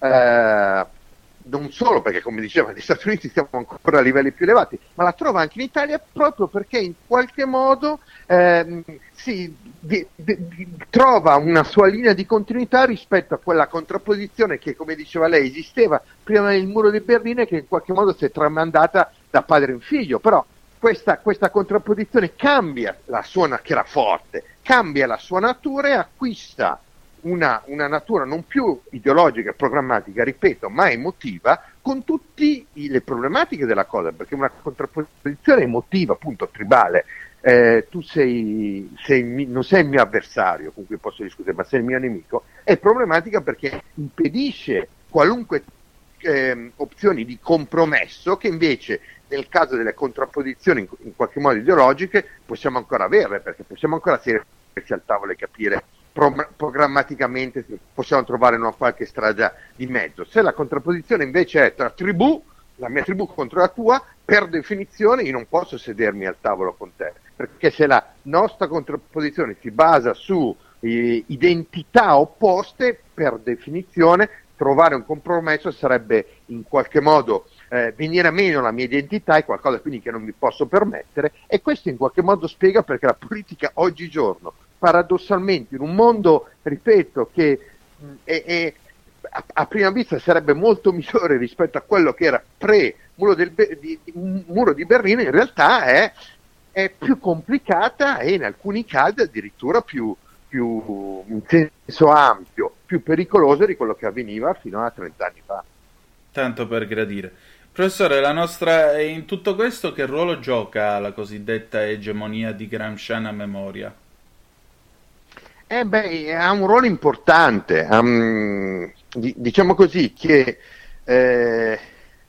Speaker 11: eh, non solo perché, come diceva, negli Stati Uniti siamo ancora a livelli più elevati, ma la trova anche in Italia proprio perché in qualche modo ehm, si di, di, di, trova una sua linea di continuità rispetto a quella contrapposizione che, come diceva lei, esisteva prima del muro di Berlino e che in qualche modo si è tramandata da padre in figlio. Però questa, questa contrapposizione cambia la sua, che era forte, cambia la sua natura e acquista Una, una natura non più ideologica e programmatica, ripeto, ma emotiva, con tutte le problematiche della cosa, perché una contrapposizione emotiva, appunto, tribale, eh, tu sei, sei, non sei il mio avversario con cui posso discutere, ma sei il mio nemico, è problematica perché impedisce qualunque eh, opzioni di compromesso che invece nel caso delle contrapposizioni in, in qualche modo ideologiche possiamo ancora avere, perché possiamo ancora sederci al tavolo e capire programmaticamente possiamo trovare una qualche strada di mezzo. Se la contrapposizione invece è tra tribù, la mia tribù contro la tua, per definizione io non posso sedermi al tavolo con te, perché se la nostra contrapposizione si basa su eh, identità opposte, per definizione trovare un compromesso sarebbe in qualche modo eh, venire meno la mia identità, è qualcosa quindi che non mi posso permettere, e questo in qualche modo spiega perché la politica oggigiorno, paradossalmente, in un mondo, ripeto, che mh, è, è, a, a prima vista sarebbe molto migliore rispetto a quello che era pre-muro del, di, di, muro di Berlino, in realtà è, è più complicata e in alcuni casi addirittura più, più in senso ampio, più pericolosa di quello che avveniva fino a trent'anni fa.
Speaker 3: Tanto per gradire. Professore, la nostra, in tutto questo che ruolo gioca la cosiddetta egemonia di Gramsciana memoria?
Speaker 11: Eh beh, ha un ruolo importante, um, diciamo così che eh,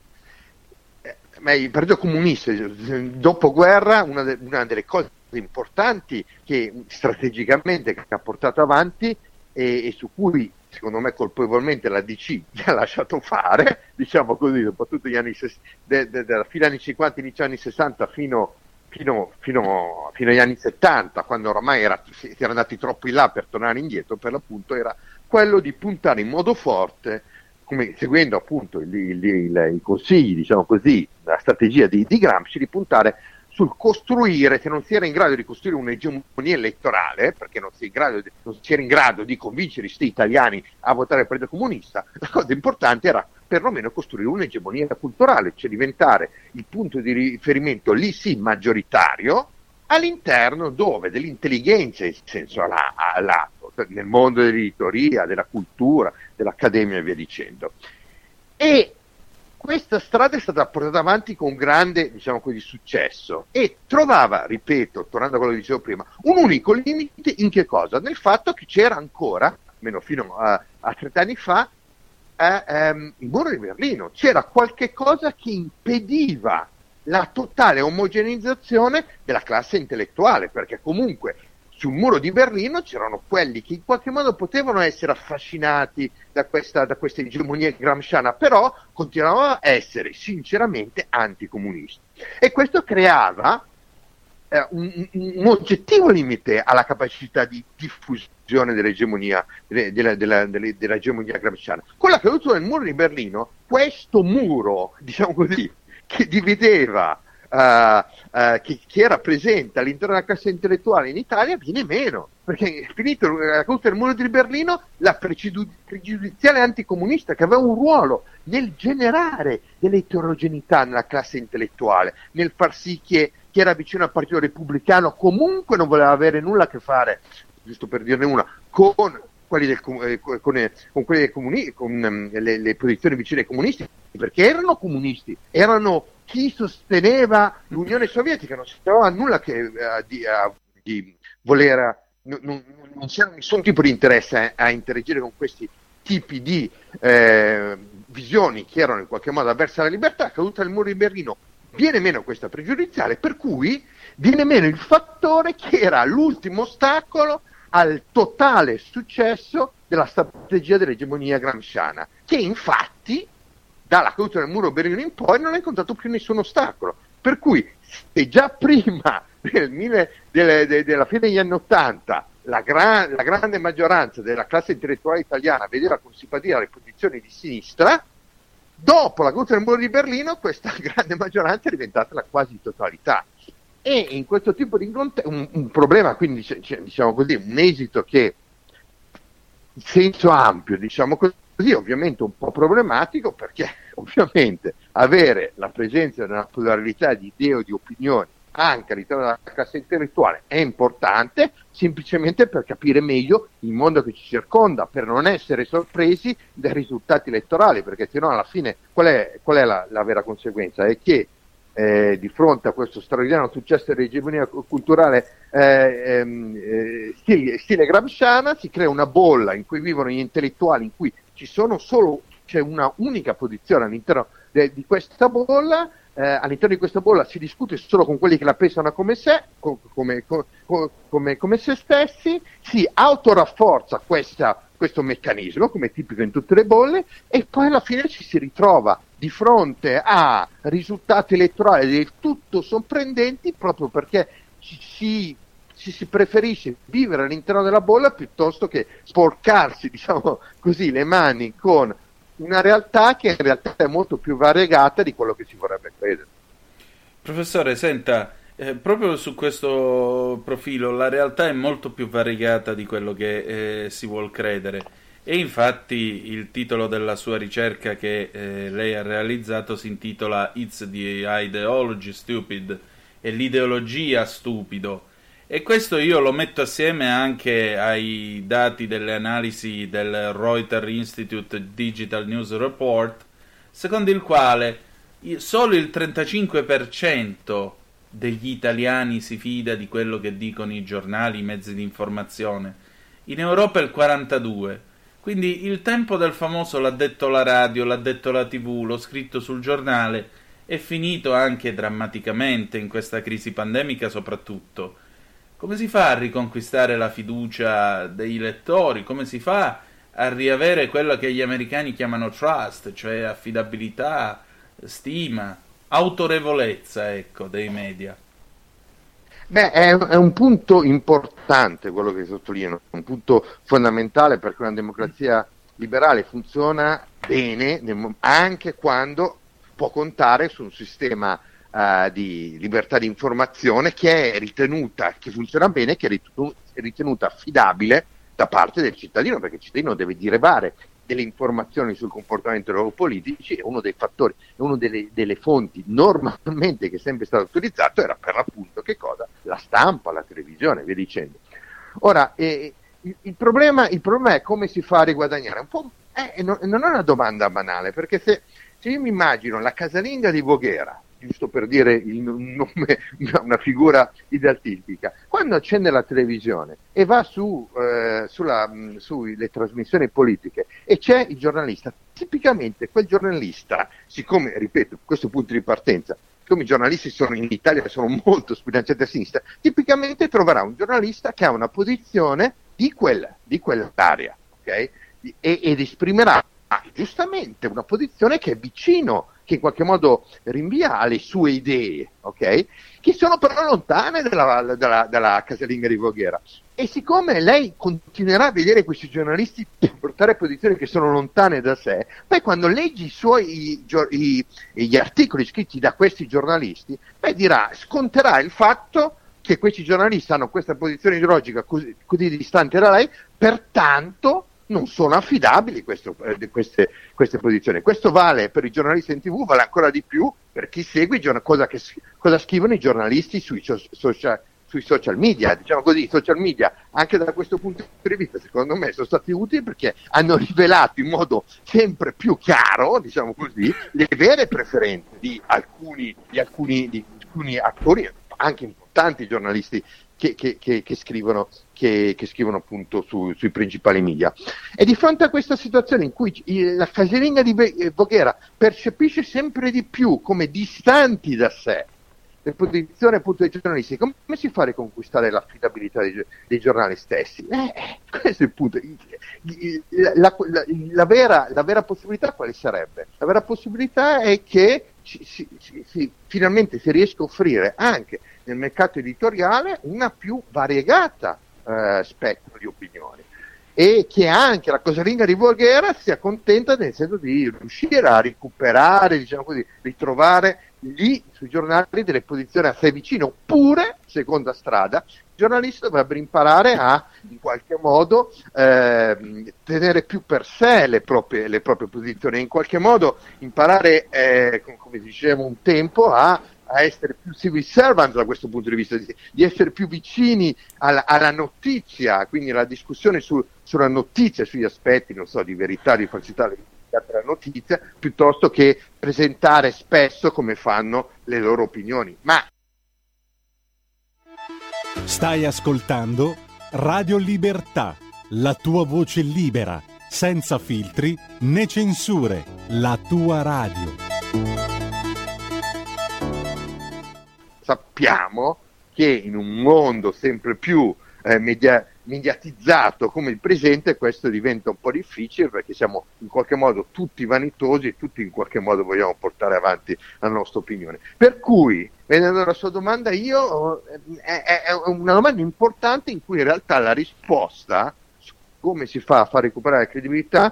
Speaker 11: beh, il Partito Comunista dopo guerra una, de, una delle cose importanti che strategicamente che ha portato avanti e, e su cui secondo me colpevolmente la D C gli ha lasciato fare, diciamo così, soprattutto gli anni de, de, dalla fine anni cinquanta, inizio anni sessanta fino Fino, fino, fino agli anni settanta, quando oramai era, si era andati troppo in là per tornare indietro, per l'appunto era quello di puntare in modo forte, come, seguendo appunto il, il, il, i consigli, diciamo così, la strategia di, di Gramsci, di puntare sul costruire, se non si era in grado di costruire un'egemonia elettorale, perché non si, in grado di, non si era in grado di convincere questi italiani a votare il Partito Comunista, la cosa importante era perlomeno costruire un'egemonia culturale, cioè diventare il punto di riferimento, lì sì, maggioritario, all'interno dove dell'intelligenza, in senso lato, nel mondo dell'editoria, della cultura, dell'accademia e via dicendo. E questa strada è stata portata avanti con grande, diciamo così, successo e trovava, ripeto, tornando a quello che dicevo prima, un unico limite in che cosa? Nel fatto che c'era ancora, almeno fino a, a trent'anni fa, eh, ehm, il muro di Berlino, c'era qualche cosa che impediva la totale omogeneizzazione della classe intellettuale, perché comunque sul muro di Berlino c'erano quelli che in qualche modo potevano essere affascinati da questa, da questa egemonia gramsciana, però continuavano a essere sinceramente anticomunisti. e questo creava eh, un, un oggettivo limite alla capacità di diffusione dell'egemonia della, della, della, dell'egemonia gramsciana. Con la caduta del muro di Berlino, questo muro, diciamo così, che divideva Uh, uh, che, che era presente all'interno della classe intellettuale in Italia viene meno, perché finito la caduta del muro di Berlino, la precidu- pregiudiziale anticomunista che aveva un ruolo nel generare delle eterogeneità nella classe intellettuale, nel far sì che chi era vicino al Partito Repubblicano comunque non voleva avere nulla a che fare, giusto per dirne una, con quelli del, eh, con, con, quelli del comuni- con um, le, le posizioni vicine ai comunisti, perché erano comunisti, erano chi sosteneva l'Unione Sovietica, non si trovava nulla che, uh, di, uh, di voler, uh, non, non c'era nessun tipo di interesse a, a interagire con questi tipi di eh, visioni che erano in qualche modo avverse alla libertà. Caduta il muro di Berlino viene meno questa pregiudiziale, per cui viene meno il fattore che era l'ultimo ostacolo al totale successo della strategia dell'egemonia gramsciana, che infatti dalla caduta del muro Berlino in poi non ha incontrato più nessun ostacolo, per cui se già prima del mille, delle, de, della fine degli anni Ottanta la, gran, la grande maggioranza della classe intellettuale italiana vedeva con simpatia le posizioni di sinistra, dopo la caduta del muro di Berlino questa grande maggioranza è diventata la quasi totalità, e in questo tipo di contesto un, un problema, quindi diciamo così, un esito che in senso ampio, diciamo così, Così ovviamente un po' problematico, perché ovviamente avere la presenza di una pluralità di idee o di opinioni anche all'interno della classe intellettuale è importante, semplicemente per capire meglio il mondo che ci circonda, per non essere sorpresi dai risultati elettorali, perché se no alla fine qual è, qual è la, la vera conseguenza? È che eh, di fronte a questo straordinario successo dell'egemonia culturale eh, eh, stile, stile gramsciana, si crea una bolla in cui vivono gli intellettuali, in cui ci sono solo, c'è una unica posizione all'interno de, di questa bolla, eh, all'interno di questa bolla si discute solo con quelli che la pensano come sé, co, come, co, come, come se stessi, si autorafforza questa, questo meccanismo, come è tipico in tutte le bolle, e poi alla fine ci si ritrova di fronte a risultati elettorali del tutto sorprendenti, proprio perché ci si ci si preferisce vivere all'interno della bolla piuttosto che sporcarsi, diciamo così, le mani con una realtà che in realtà è molto più variegata di quello che si vorrebbe credere.
Speaker 3: Professore, senta, eh, proprio su questo profilo la realtà è molto più variegata di quello che eh, si vuol credere, e infatti il titolo della sua ricerca che eh, lei ha realizzato si intitola It's the Ideology Stupid, è l'ideologia stupido. E questo io lo metto assieme anche ai dati delle analisi del Reuters Institute Digital News Report, secondo il quale solo il trentacinque per cento degli italiani si fida di quello che dicono i giornali, i mezzi di informazione. In Europa il quarantadue per cento. Quindi il tempo del famoso l'ha detto la radio, l'ha detto la tivù, l'ho scritto sul giornale, è finito anche drammaticamente in questa crisi pandemica soprattutto. Come si fa a riconquistare la fiducia dei lettori? Come si fa a riavere quello che gli americani chiamano trust, cioè affidabilità, stima, autorevolezza, ecco, dei media?
Speaker 11: Beh, è, è un punto importante quello che sottolineo, un punto fondamentale, perché una democrazia liberale funziona bene anche quando può contare su un sistema Uh, di libertà di informazione che è ritenuta, che funziona bene, che è ritenuta affidabile da parte del cittadino, perché il cittadino deve direvare delle informazioni sul comportamento dei loro politici, e uno dei fattori, uno delle, delle fonti normalmente che è sempre stato utilizzato era per l'appunto che cosa? La stampa, la televisione, via dicendo. Ora, eh, il, il, problema, il problema è come si fa a riguadagnare. Un po', eh, non, non è una domanda banale, perché se, se io mi immagino la casalinga di Voghera, giusto per dire il nome, una figura identifica, quando accende la televisione e va su eh, sulla, sulle trasmissioni politiche e c'è il giornalista, tipicamente quel giornalista, siccome, ripeto, questo punto di partenza, siccome i giornalisti sono in Italia sono molto sbilanciati a sinistra, tipicamente troverà un giornalista che ha una posizione di quella, di quell'area, ok? E, ed esprimerà giustamente una posizione che è vicino che in qualche modo rinvia alle sue idee, ok? Che sono però lontane dalla, dalla, dalla casalinga di Voghera. E siccome lei continuerà a vedere questi giornalisti portare posizioni che sono lontane da sé, poi quando leggi i suoi i, i, gli articoli scritti da questi giornalisti, beh, dirà, sconterà il fatto che questi giornalisti hanno questa posizione ideologica così, così distante da lei, pertanto non sono affidabili questo, eh, queste, queste posizioni. Questo vale per i giornalisti in tv, vale ancora di più per chi segue i giorn- cosa, che, cosa scrivono i giornalisti sui so- social sui social media, diciamo così. I social media anche da questo punto di vista secondo me sono stati utili perché hanno rivelato in modo sempre più chiaro, diciamo così, le vere preferenze di alcuni, di alcuni, di alcuni attori, anche importanti giornalisti che, che, che, che scrivono che, che scrivono appunto su, sui principali media. E di fronte a questa situazione in cui la casalinga di Voghera percepisce sempre di più come distanti da sé le posizioni appunto dei giornalisti, come si fa a riconquistare l'affidabilità dei, dei giornali stessi? Eh, questo è il punto. La, la, la, la, vera, la vera possibilità quale sarebbe? La vera possibilità è che si, si, si, si, finalmente si riesca a offrire anche nel mercato editoriale una più variegata eh, spettro di opinioni, e che anche la casalinga di Voghera sia contenta nel senso di riuscire a recuperare, diciamo così, ritrovare lì sui giornali delle posizioni a sé vicine. Oppure, seconda strada, il giornalista dovrebbe imparare a in qualche modo eh, tenere più per sé le proprie, le proprie posizioni, in qualche modo imparare, eh, come dicevamo un tempo, a a essere più civil servant da questo punto di vista, di, di essere più vicini alla, alla notizia, quindi alla discussione su, sulla notizia, sugli aspetti, non so, di verità, di falsità della notizia, piuttosto che presentare spesso come fanno le loro opinioni. Ma
Speaker 1: stai ascoltando Radio Libertà, la tua voce libera, senza filtri né censure, la tua radio.
Speaker 11: Sappiamo che in un mondo sempre più eh, media, mediatizzato come il presente questo diventa un po' difficile, perché siamo in qualche modo tutti vanitosi e tutti in qualche modo vogliamo portare avanti la nostra opinione. Per cui, venendo alla sua domanda, io è, è una domanda importante in cui in realtà la risposta su come si fa a far recuperare la credibilità,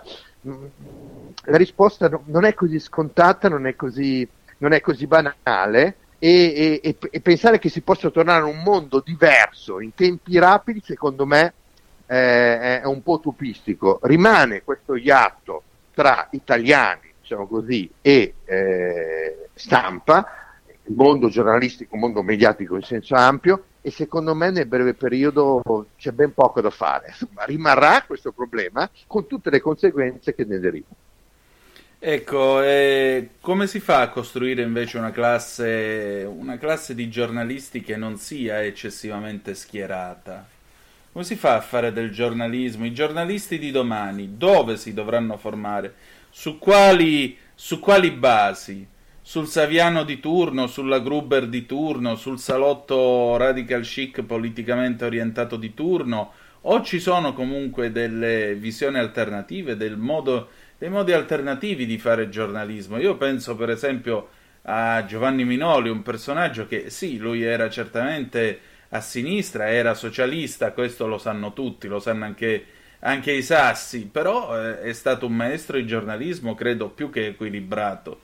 Speaker 11: la risposta non è così scontata, non è così, non è così banale. E, e, e pensare che si possa tornare a un mondo diverso in tempi rapidi, secondo me eh, è un po' utopistico. Rimane questo iatto tra italiani, diciamo così, e eh, stampa, il mondo giornalistico, il mondo mediatico in senso ampio, e secondo me nel breve periodo c'è ben poco da fare. Insomma, rimarrà questo problema con tutte le conseguenze che ne derivano.
Speaker 3: Ecco, eh, come si fa a costruire invece una classe, una classe di giornalisti che non sia eccessivamente schierata? Come si fa a fare del giornalismo? I giornalisti di domani dove si dovranno formare? Su quali, su quali basi? Sul Saviano di turno, sulla Gruber di turno, sul salotto radical chic politicamente orientato di turno? O ci sono comunque delle visioni alternative, del modo... dei modi alternativi di fare giornalismo? Io penso per esempio a Giovanni Minoli, un personaggio che sì, lui era certamente a sinistra, era socialista, questo lo sanno tutti, lo sanno anche, anche i sassi, però eh, è stato un maestro di giornalismo, credo, più che equilibrato.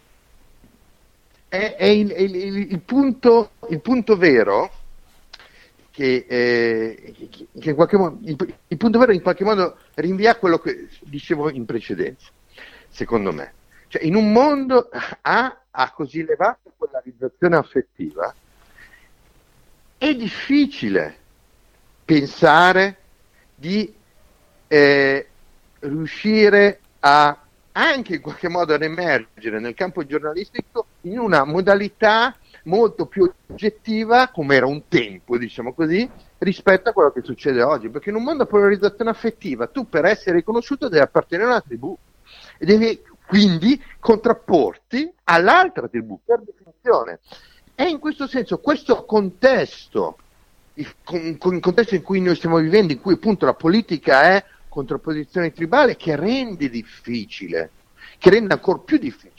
Speaker 11: È, è il, il, il, punto, il punto vero che, eh, che in qualche modo, il, il punto vero in qualche modo rinvia a quello che dicevo in precedenza. Secondo me, cioè in un mondo a, a così elevata polarizzazione affettiva è difficile pensare di eh, riuscire a anche in qualche modo ad emergere nel campo giornalistico in una modalità molto più oggettiva, come era un tempo, diciamo così, rispetto a quello che succede oggi, perché in un mondo a polarizzazione affettiva tu per essere riconosciuto devi appartenere a una tribù e devi quindi contrapporti all'altra tribù per definizione. E in questo senso questo contesto, il, con, con il contesto in cui noi stiamo vivendo, in cui appunto la politica è contrapposizione tribale, che rende difficile, che rende ancora più difficile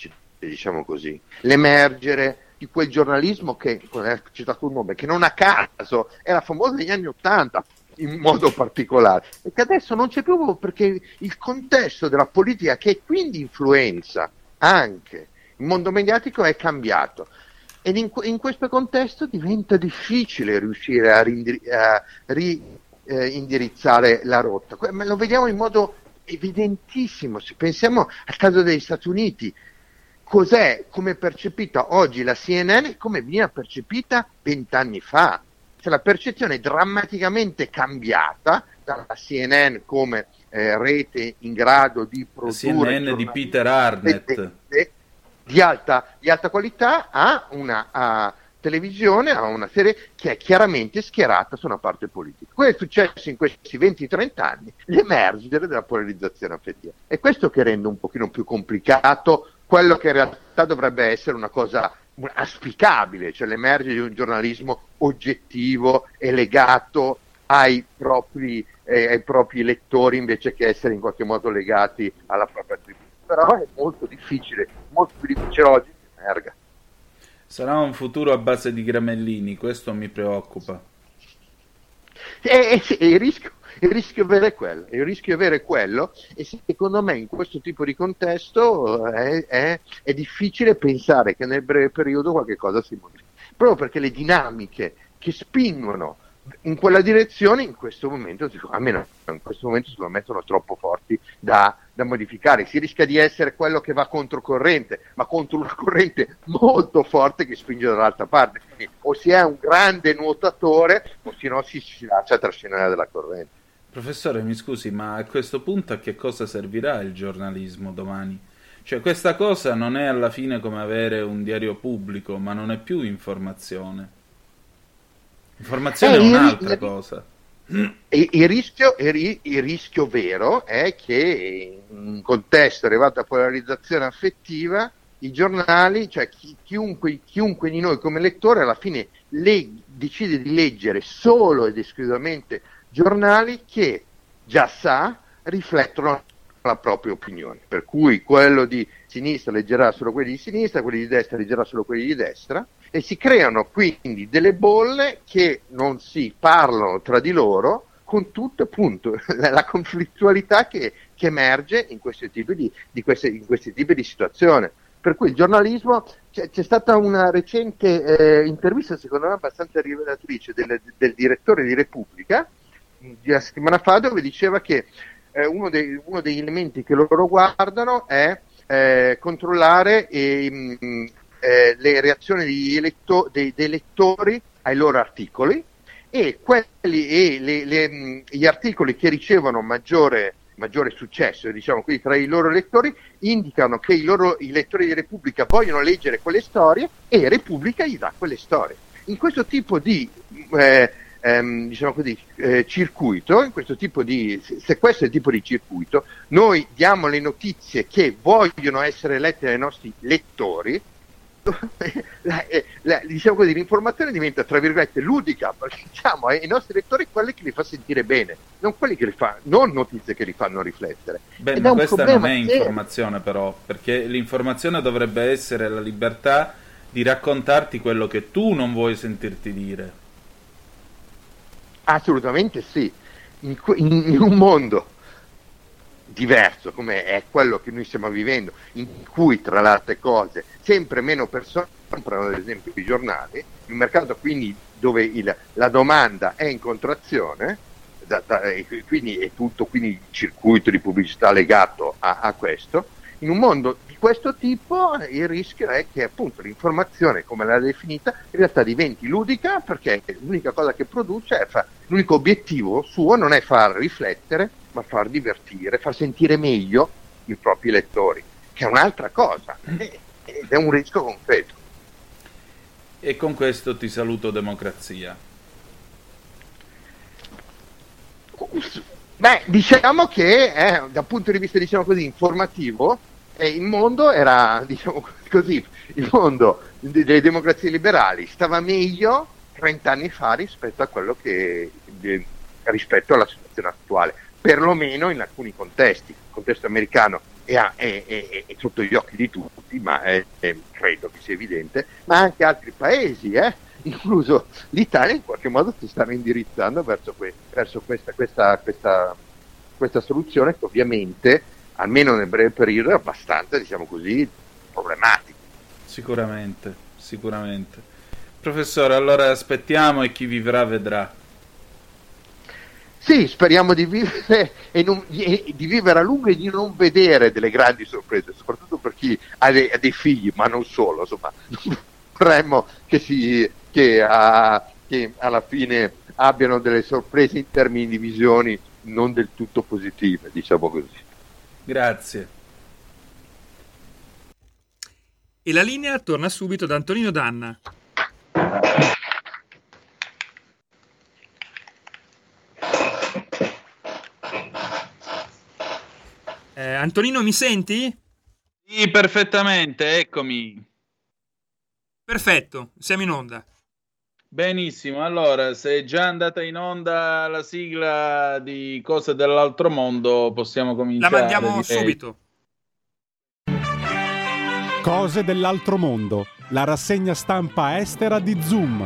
Speaker 11: diciamo così, l'emergere di quel giornalismo che, ho citato un nome, che non a caso era famoso negli anni Ottanta in modo particolare, e che adesso non c'è più perché il contesto della politica, che quindi influenza anche il mondo mediatico, è cambiato. E in, in questo contesto diventa difficile riuscire a, rindiri- a riindirizzare eh, la rotta. Ma lo vediamo in modo evidentissimo. Se pensiamo al caso degli Stati Uniti, cos'è, come è percepita oggi la C N N e come veniva percepita vent'anni fa? Cioè, la percezione è drammaticamente cambiata dalla C N N come eh, rete in grado di produrre
Speaker 12: C N N di Peter Arnett
Speaker 11: di alta, di alta qualità a una a televisione, a una serie che è chiaramente schierata su una parte politica. Quello è successo in questi venti trenta anni, l'emergere della polarizzazione affettiva. È questo che rende un pochino più complicato quello che in realtà dovrebbe essere una cosa auspicabile, cioè l'emergere di un giornalismo oggettivo e legato ai propri, eh, ai propri lettori, invece che essere in qualche modo legati alla propria tribù. Però è molto difficile, molto più difficile oggi che emerga.
Speaker 12: Sarà un futuro a base di gramellini, questo mi preoccupa.
Speaker 11: E, e, e il rischio il rischio vero è quello, il rischio vero è quello, e secondo me in questo tipo di contesto è, è, è difficile pensare che nel breve periodo qualche cosa si modifichi, proprio perché le dinamiche che spingono in quella direzione in questo momento, almeno in questo momento secondo me sono troppo forti da, da modificare. Si rischia di essere quello che va controcorrente, ma contro una corrente molto forte che spinge dall'altra parte. Quindi o si è un grande nuotatore o se no si, si lascia trascinare dalla corrente.
Speaker 12: Professore, mi scusi, ma a questo punto a che cosa servirà il giornalismo domani? Cioè, questa cosa non è alla fine come avere un diario pubblico, ma non è più informazione. Informazione eh, è un'altra il, cosa.
Speaker 11: Il, il, rischio, il, il rischio vero è che in un contesto arrivato a polarizzazione affettiva, i giornali, cioè chi, chiunque, chiunque di noi come lettore alla fine le, decide di leggere solo ed esclusivamente giornali che già sa riflettono la propria opinione, per cui quello di sinistra leggerà solo quelli di sinistra, quelli di destra leggerà solo quelli di destra, e si creano quindi delle bolle che non si parlano tra di loro, con tutto appunto la conflittualità che, che emerge in questi tipi di, di queste, in questi tipi di situazione. Per cui il giornalismo, c'è, c'è stata una recente eh, intervista secondo me abbastanza rivelatrice del, del direttore di Repubblica di una settimana fa, dove diceva che eh, uno, dei, uno degli elementi che loro guardano è eh, controllare e, mh, eh, le reazioni degli eletto- dei, dei lettori ai loro articoli, e quelli e le, le, mh, gli articoli che ricevono maggiore, maggiore successo, diciamo, quindi tra i loro lettori, indicano che i, loro, i lettori di Repubblica vogliono leggere quelle storie e Repubblica gli dà quelle storie. In questo tipo di eh, ehm, diciamo così, eh, circuito, in questo tipo di, se questo è il tipo di circuito, noi diamo le notizie che vogliono essere lette dai nostri lettori, la, la, diciamo così, l'informazione diventa tra virgolette ludica, perché diciamo ai nostri lettori quelle che li fa sentire bene, non quelli che li fa, non notizie che li fanno riflettere.
Speaker 12: Beh, ma questa non è informazione però, perché l'informazione dovrebbe essere la libertà di raccontarti quello che tu non vuoi sentirti dire.
Speaker 11: Assolutamente sì, in, in, in un mondo diverso come è quello che noi stiamo vivendo, in cui tra le altre cose sempre meno persone comprano ad esempio i giornali, un mercato quindi dove il, la domanda è in contrazione, da, da, e quindi è tutto quindi il circuito di pubblicità legato a, a questo, in un mondo di questo tipo il rischio è che appunto l'informazione, come l'ha definita, in realtà diventi ludica, perché l'unica cosa che produce è fa, l'unico obiettivo suo non è far riflettere, ma far divertire, far sentire meglio i propri lettori, che è un'altra cosa, ed è un rischio concreto.
Speaker 12: E con questo ti saluto, democrazia.
Speaker 11: Beh, diciamo che eh, dal punto di vista, diciamo così, informativo, eh, il mondo era, diciamo così, il mondo delle democrazie liberali stava meglio trenta anni fa rispetto a quello che rispetto alla situazione attuale, perlomeno in alcuni contesti. Il contesto americano è, è, è, è sotto gli occhi di tutti, ma è, è, credo che sia evidente, ma anche altri paesi, eh? incluso l'Italia, in qualche modo si stanno indirizzando verso, que- verso questa, questa, questa, questa soluzione che ovviamente, almeno nel breve periodo, è abbastanza, diciamo così, problematica.
Speaker 12: Sicuramente, sicuramente. Professore, allora aspettiamo e chi vivrà vedrà.
Speaker 11: Sì, speriamo di vivere e non, di, di vivere a lungo e di non vedere delle grandi sorprese, soprattutto per chi ha dei, ha dei figli, ma non solo, insomma, vorremmo che, si, che, a, che alla fine abbiano delle sorprese in termini di visioni non del tutto positive, diciamo così.
Speaker 12: Grazie.
Speaker 2: E la linea torna subito da Antonino Danna. Eh, Antonino, mi senti?
Speaker 3: Sì, perfettamente, eccomi.
Speaker 2: Perfetto, siamo in onda.
Speaker 12: Benissimo, allora, se è già andata in onda la sigla di Cose dell'altro mondo, possiamo cominciare.
Speaker 2: La mandiamo
Speaker 12: direi.
Speaker 2: subito.
Speaker 1: Cose dell'altro mondo, la rassegna stampa estera di Zoom.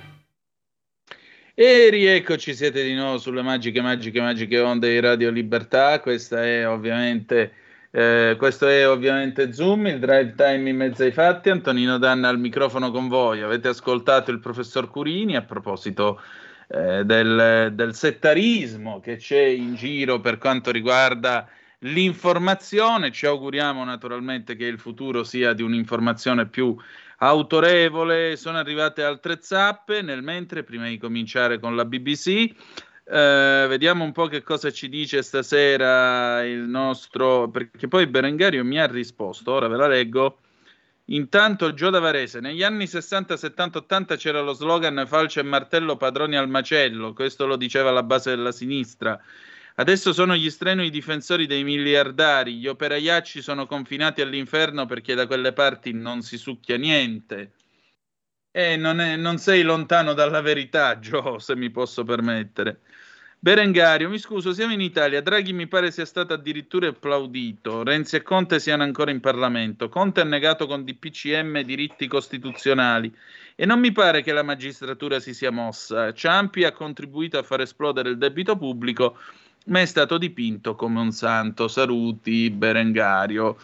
Speaker 12: E rieccoci, siete di nuovo sulle magiche, magiche, magiche onde di Radio Libertà. Questa è ovviamente, eh, questo è ovviamente Zoom, il drive time in mezzo ai fatti. Antonino Danna al microfono con voi. Avete ascoltato il professor Curini a proposito eh, del, del settarismo che c'è in giro per quanto riguarda l'informazione. Ci auguriamo naturalmente che il futuro sia di un'informazione più autorevole. Sono arrivate altre zappe, nel mentre, prima di cominciare con la B B C, eh, vediamo un po' che cosa ci dice stasera il nostro, perché poi Berengario mi ha risposto, ora ve la leggo. Intanto Gio da Varese: negli anni sessanta, settanta, ottanta c'era lo slogan falce e martello padroni al macello, questo lo diceva la base della sinistra. Adesso sono gli strenui difensori dei miliardari, gli operaiacci sono confinati all'inferno perché da quelle parti non si succhia niente. E non, è, non sei lontano dalla verità, Gio, se mi posso permettere. Berengario: mi scuso, siamo in Italia, Draghi mi pare sia stato addirittura applaudito, Renzi e Conte siano ancora in Parlamento, Conte ha negato con D P C M diritti costituzionali e non mi pare che la magistratura si sia mossa. Ciampi ha contribuito a far esplodere il debito pubblico, ma è stato dipinto come un santo. Saluti, Berengario.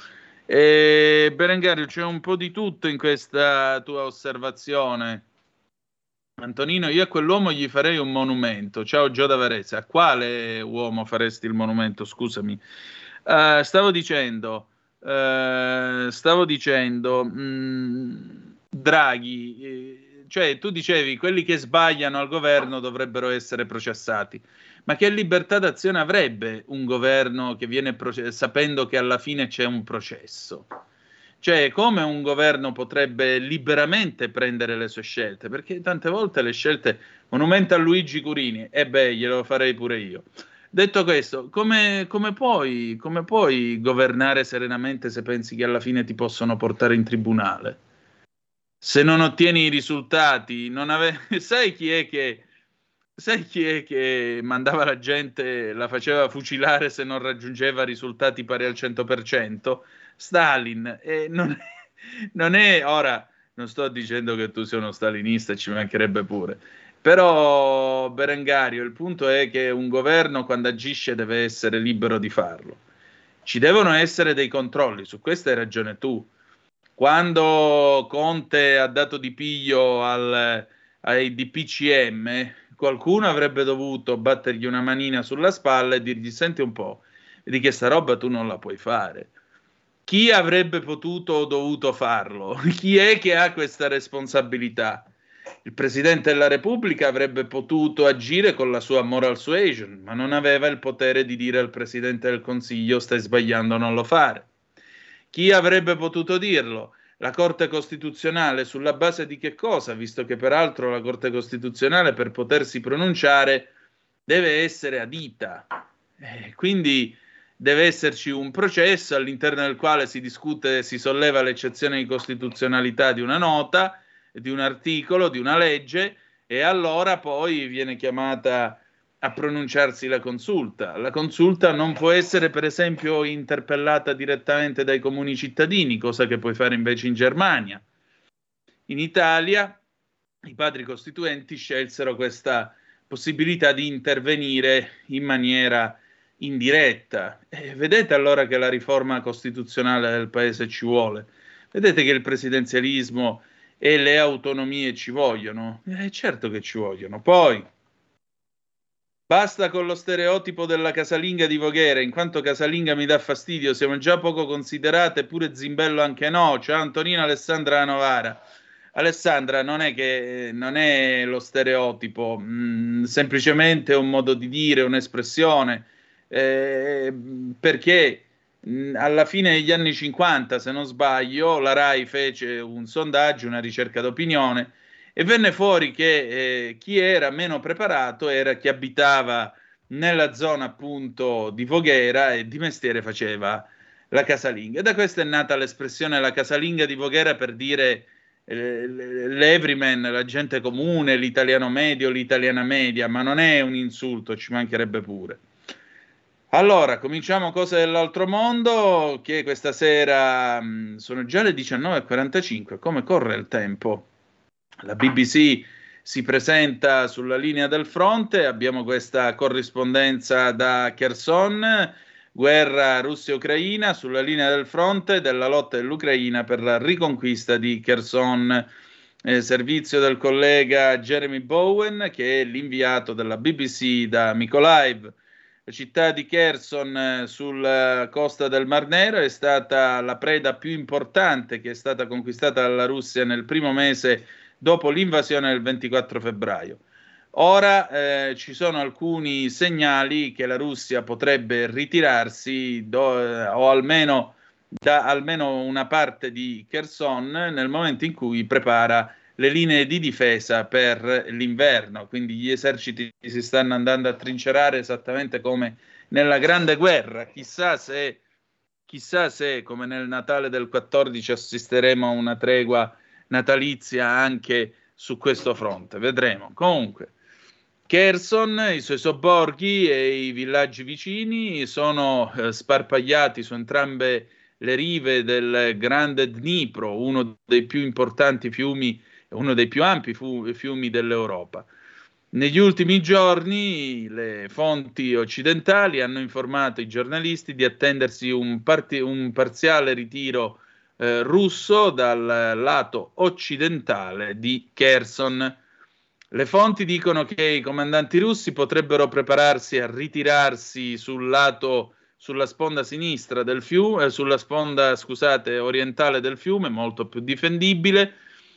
Speaker 12: E Berengario, c'è un po' di tutto in questa tua osservazione. Antonino: io a quell'uomo gli farei un monumento. Ciao Gio da Varese. A quale uomo faresti il monumento? Scusami. Uh, stavo dicendo, uh, stavo dicendo, mh, Draghi, eh, cioè tu dicevi quelli che sbagliano al governo dovrebbero essere processati. Ma che libertà d'azione avrebbe un governo che viene proce- sapendo che alla fine c'è un processo? Cioè, come un governo potrebbe liberamente prendere le sue scelte? Perché tante volte le scelte, monumento a Luigi Curini, e eh beh, glielo farei pure io. Detto questo, come, come, puoi, come puoi governare serenamente se pensi che alla fine ti possono portare in tribunale? Se non ottieni i risultati, non ave- sai chi è che... Sai chi è che mandava la gente, la faceva fucilare se non raggiungeva risultati pari al cento per cento? Stalin. E non è, non è, ora, non sto dicendo che tu sia uno stalinista, ci mancherebbe pure. Però, Berengario, il punto è che un governo quando agisce deve essere libero di farlo. Ci devono essere dei controlli, su questo hai ragione tu. Quando Conte ha dato di piglio al, ai D P C M, qualcuno avrebbe dovuto battergli una manina sulla spalla e dirgli: senti un po', vedi che sta roba tu non la puoi fare. Chi avrebbe potuto o dovuto farlo? Chi è che ha questa responsabilità? Il Presidente della Repubblica avrebbe potuto agire con la sua moral suasion, ma non aveva il potere di dire al Presidente del Consiglio: stai sbagliando, non lo fare. Chi avrebbe potuto dirlo? La Corte Costituzionale, sulla base di che cosa? Visto che peraltro la Corte Costituzionale per potersi pronunciare deve essere adita. Eh, quindi deve esserci un processo all'interno del quale si discute, si solleva l'eccezione di costituzionalità di una nota, di un articolo, di una legge, e allora poi viene chiamata
Speaker 3: a pronunciarsi la consulta. La consulta non può essere, per esempio, interpellata direttamente dai comuni cittadini, cosa che puoi fare invece in Germania. In Italia i padri costituenti scelsero questa possibilità di intervenire in maniera indiretta. E vedete allora che la riforma costituzionale del paese ci vuole. Vedete che il presidenzialismo e le autonomie ci vogliono. Eh, certo che ci vogliono. Poi basta con lo stereotipo della casalinga di Voghera, in quanto casalinga mi dà fastidio, siamo già poco considerate, pure zimbello anche no. Ciao Antonino, Alessandra Novara. Alessandra, non è che non è lo stereotipo, mh, semplicemente un modo di dire, un'espressione, eh, perché mh, alla fine degli anni cinquanta, se non sbaglio, la RAI fece un sondaggio, una ricerca d'opinione, e venne fuori che eh, chi era meno preparato era chi abitava nella zona appunto di Voghera e di mestiere faceva la casalinga. E da questo è nata l'espressione la casalinga di Voghera per dire eh, l'everyman, la gente comune, l'italiano medio, l'italiana media, ma non è un insulto, ci mancherebbe pure. Allora, cominciamo cose dell'altro mondo, che questa sera mh, sono già le diciannove e quarantacinque, come corre il tempo. La B B C si presenta sulla linea del fronte, abbiamo questa corrispondenza da Kherson, guerra Russia-Ucraina, sulla linea del fronte della lotta dell'Ucraina per la riconquista di Kherson. Eh, servizio del collega Jeremy Bowen, che è l'inviato della B B C da Mykolaiv. La città di Kherson eh, sulla costa del Mar Nero è stata la preda più importante che è stata conquistata dalla Russia nel primo mese dopo l'invasione del ventiquattro febbraio. Ora eh, ci sono alcuni segnali che la Russia potrebbe ritirarsi do, eh, o almeno da almeno una parte di Kherson nel momento in cui prepara le linee di difesa per l'inverno. Quindi gli eserciti si stanno andando a trincerare esattamente come nella Grande Guerra. Chissà se, chissà se come nel Natale del quattordici assisteremo a una tregua natalizia anche su questo fronte, vedremo. Comunque Kherson, i suoi sobborghi e i villaggi vicini sono eh, sparpagliati su entrambe le rive del grande Dnipro, uno dei più importanti fiumi, uno dei più ampi fu- fiumi dell'Europa. Negli ultimi giorni le fonti occidentali hanno informato i giornalisti di attendersi un, parti- un parziale ritiro Eh, russo dal lato occidentale di Kherson. Le fonti dicono che i comandanti russi potrebbero prepararsi a ritirarsi sul lato, sulla sponda sinistra del fiume, eh, sulla sponda, scusate, orientale del fiume, molto più difendibile,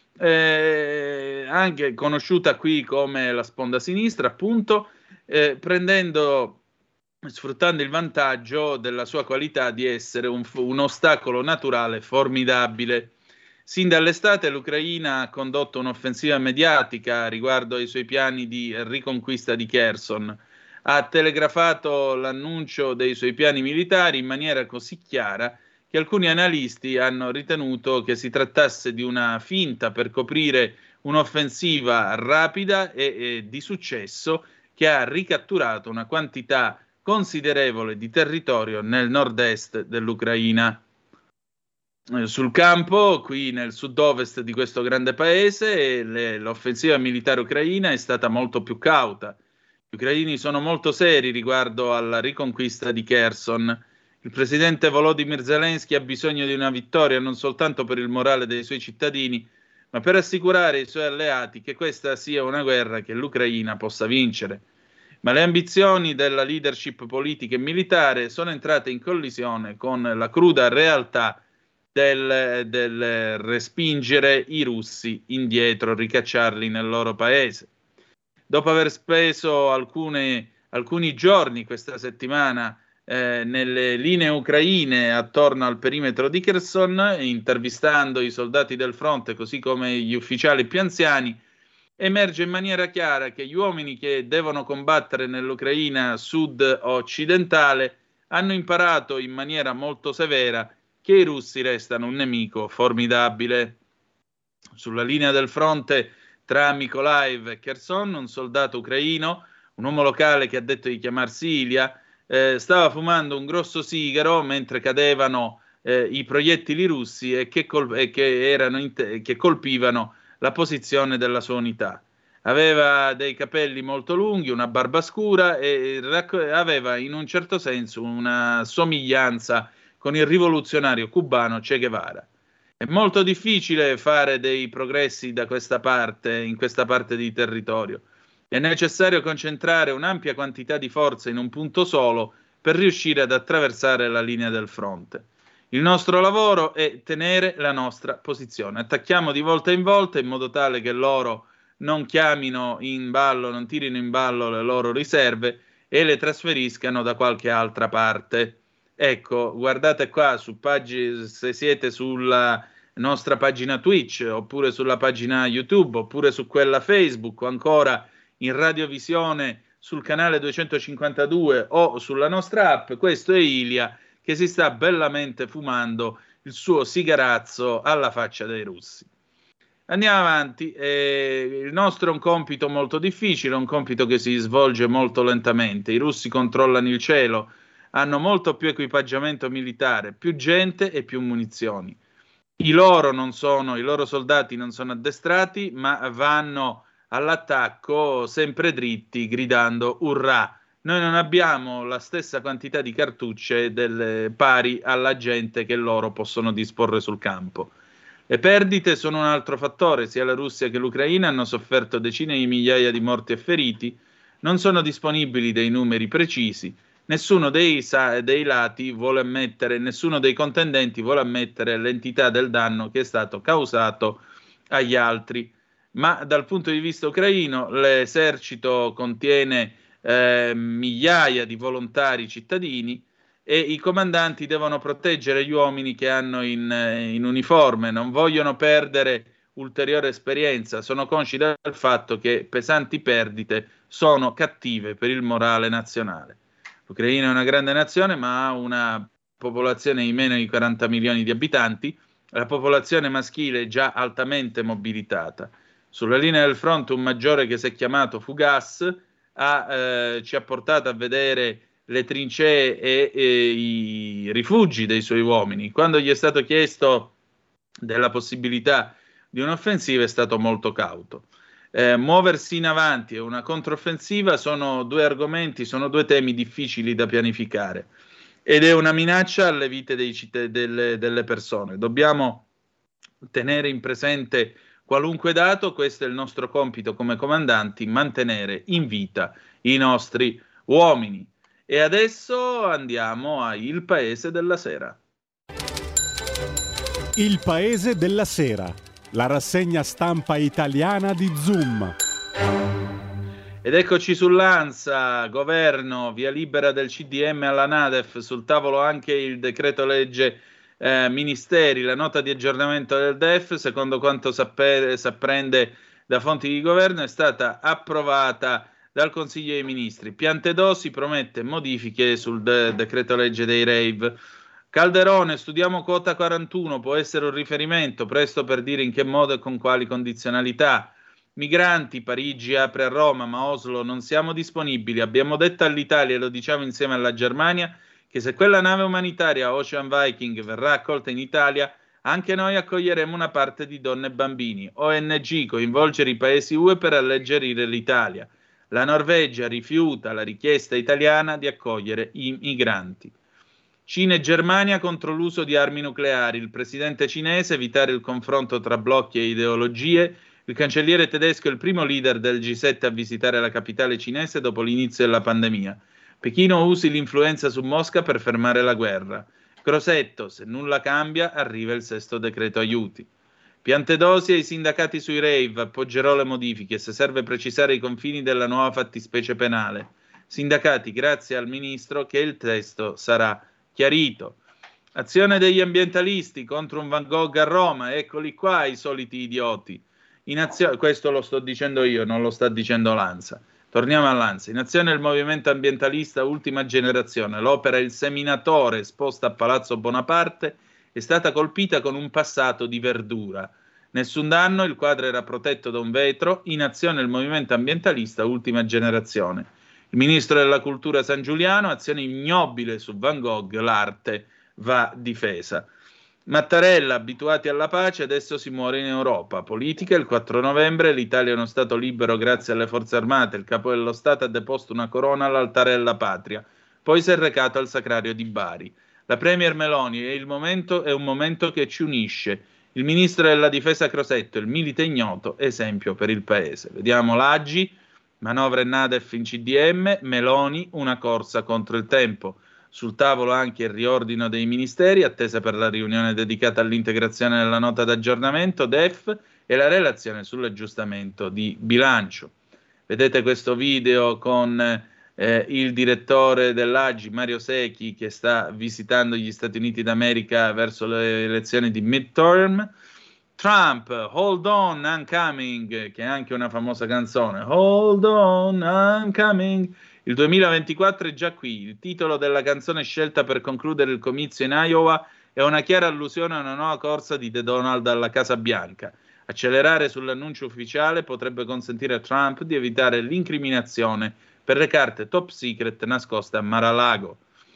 Speaker 3: eh, anche conosciuta qui come la sponda sinistra, appunto, eh, prendendo sfruttando il vantaggio della sua qualità di essere un, un ostacolo naturale formidabile. Sin dall'estate l'Ucraina ha condotto un'offensiva mediatica riguardo ai suoi piani di riconquista di Kherson. Ha telegrafato l'annuncio dei suoi piani militari in maniera così chiara che alcuni analisti hanno ritenuto che si trattasse di una finta per coprire un'offensiva rapida e, e di successo che ha ricatturato una quantità considerevole di territorio nel nord-est dell'Ucraina. Eh, sul campo, qui nel sud-ovest di questo grande paese, le, l'offensiva militare ucraina è stata molto più cauta. Gli ucraini sono molto seri riguardo alla riconquista di Kherson. Il presidente Volodymyr Zelensky ha bisogno di una vittoria non soltanto per il morale dei suoi cittadini, ma per assicurare ai suoi alleati che questa sia una guerra che l'Ucraina possa vincere. Ma le ambizioni della leadership politica e militare sono entrate in collisione con la cruda realtà del, del respingere i russi indietro, ricacciarli nel loro paese. Dopo aver speso alcune, alcuni giorni questa settimana eh, nelle linee ucraine attorno al perimetro di Kherson, intervistando i soldati del fronte così come gli ufficiali più anziani, emerge in maniera chiara che gli uomini che devono combattere nell'Ucraina sud-occidentale hanno imparato in maniera molto severa che i russi restano un nemico formidabile. Sulla linea del fronte tra Mykolaiv e Kherson, un soldato ucraino, un uomo locale che ha detto di chiamarsi Ilia, eh, stava fumando un grosso sigaro mentre cadevano eh, i proiettili russi e che, col- e che, erano in te- che colpivano la posizione della sua unità. Aveva dei capelli molto lunghi, una barba scura e racco- aveva in un certo senso una somiglianza con il rivoluzionario cubano Che Guevara. È molto difficile fare dei progressi da questa parte, in questa parte di territorio. È necessario concentrare un'ampia quantità di forze in un punto solo per riuscire ad attraversare la linea del fronte. Il nostro lavoro è tenere la nostra posizione. Attacchiamo di volta in volta in modo tale che loro non chiamino in ballo, non tirino in ballo le loro riserve e le trasferiscano da qualche altra parte. Ecco, guardate qua, su pag- se siete sulla nostra pagina Twitch, oppure sulla pagina YouTube, oppure su quella Facebook, o ancora in radiovisione sul canale duecentocinquantadue o sulla nostra app, questo è Ilia che si sta bellamente fumando il suo sigarazzo alla faccia dei russi. Andiamo avanti, eh, il nostro è un compito molto difficile, un compito che si svolge molto lentamente. I russi controllano il cielo, hanno molto più equipaggiamento militare, più gente e più munizioni. I loro, non sono, i loro soldati non sono addestrati, ma vanno all'attacco sempre dritti, gridando urrà. Noi non abbiamo la stessa quantità di cartucce del, pari alla gente che loro possono disporre sul campo. Le perdite sono un altro fattore, sia la Russia che l'Ucraina hanno sofferto decine di migliaia di morti e feriti, non sono disponibili dei numeri precisi, nessuno dei, dei lati vuole ammettere, nessuno dei contendenti vuole ammettere l'entità del danno che è stato causato agli altri, ma dal punto di vista ucraino l'esercito contiene eh, migliaia di volontari cittadini e i comandanti devono proteggere gli uomini che hanno in, in uniforme, non vogliono perdere ulteriore esperienza, sono consci del fatto che pesanti perdite sono cattive per il morale nazionale. L'Ucraina è una grande nazione, ma ha una popolazione di meno di quaranta milioni di abitanti, la popolazione maschile è già altamente mobilitata. Sulla linea del fronte un maggiore che si è chiamato Fugas ha, eh, ci ha portato a vedere le trincee e, e i rifugi dei suoi uomini. Quando gli è stato chiesto della possibilità di un'offensiva è stato molto cauto. Eh, muoversi in avanti e una controffensiva sono due argomenti, sono due temi difficili da pianificare ed è una minaccia alle vite dei citt- delle, delle persone. Dobbiamo tenere in presente qualunque dato, questo è il nostro compito come comandanti, mantenere in vita i nostri uomini. E adesso andiamo a Il Paese della Sera.
Speaker 1: Il Paese della Sera, la rassegna stampa italiana di Zoom.
Speaker 3: Ed eccoci sull'ANSA, governo, via libera del C D M alla NADEF, sul tavolo anche il decreto legge eh, ministeri, la nota di aggiornamento del D E F, secondo quanto sappere, s'apprende da fonti di governo, è stata approvata dal Consiglio dei Ministri. Piantedosi promette modifiche sul de- decreto legge dei rave. Calderone, studiamo quota quarantuno, può essere un riferimento, presto per dire in che modo e con quali condizionalità. Migranti, Parigi apre a Roma, ma Oslo non siamo disponibili. Abbiamo detto all'Italia, e lo diciamo insieme alla Germania, che se quella nave umanitaria Ocean Viking verrà accolta in Italia, anche noi accoglieremo una parte di donne e bambini. O N G, coinvolgere i paesi U E per alleggerire l'Italia. La Norvegia rifiuta la richiesta italiana di accogliere i migranti. Cina e Germania contro l'uso di armi nucleari. Il presidente cinese evitare il confronto tra blocchi e ideologie. Il cancelliere tedesco è il primo leader del G sette a visitare la capitale cinese dopo l'inizio della pandemia. Pechino usi l'influenza su Mosca per fermare la guerra. Crosetto, se nulla cambia, arriva il sesto decreto aiuti. Piantedosi ai sindacati sui rave, appoggerò le modifiche, se serve precisare i confini della nuova fattispecie penale. Sindacati, grazie al ministro che il testo sarà chiarito. Azione degli ambientalisti contro un Van Gogh a Roma, eccoli qua i soliti idioti. In azio- questo lo sto dicendo io, non lo sta dicendo l'ANSA. Torniamo all'ANSA. In azione il movimento ambientalista Ultima Generazione, l'opera Il Seminatore, esposta a Palazzo Bonaparte, è stata colpita con un passato di verdura. Nessun danno, il quadro era protetto da un vetro. In azione il movimento ambientalista Ultima Generazione. Il ministro della cultura San Giuliano, azione ignobile su Van Gogh, l'arte va difesa. Mattarella, abituati alla pace, adesso si muore in Europa. Politica, il quattro novembre, l'Italia è uno Stato libero grazie alle forze armate, il capo dello Stato ha deposto una corona all'altare della patria, poi si è recato al Sacrario di Bari. La Premier Meloni, è, il momento, è un momento che ci unisce. Il ministro della difesa Crosetto, il milite ignoto, esempio per il paese. Vediamo l'Aggi, manovra e Nadef in C D M, Meloni, una corsa contro il tempo. Sul tavolo anche il riordino dei ministeri, attesa per la riunione dedicata all'integrazione della nota d'aggiornamento D E F e la relazione sull'aggiustamento di bilancio. Vedete questo video con eh, il direttore dell'Aggi, Mario Secchi, che sta visitando gli Stati Uniti d'America verso le elezioni di midterm. Trump, Hold On, I'm Coming, che è anche una famosa canzone, Hold On, I'm Coming. Il duemilaventiquattro è già qui, il titolo della canzone scelta per concludere il comizio in Iowa è una chiara allusione a una nuova corsa di The Donald alla Casa Bianca. Accelerare sull'annuncio ufficiale potrebbe consentire a Trump di evitare l'incriminazione per le carte top secret nascoste a Mar-a-Lago.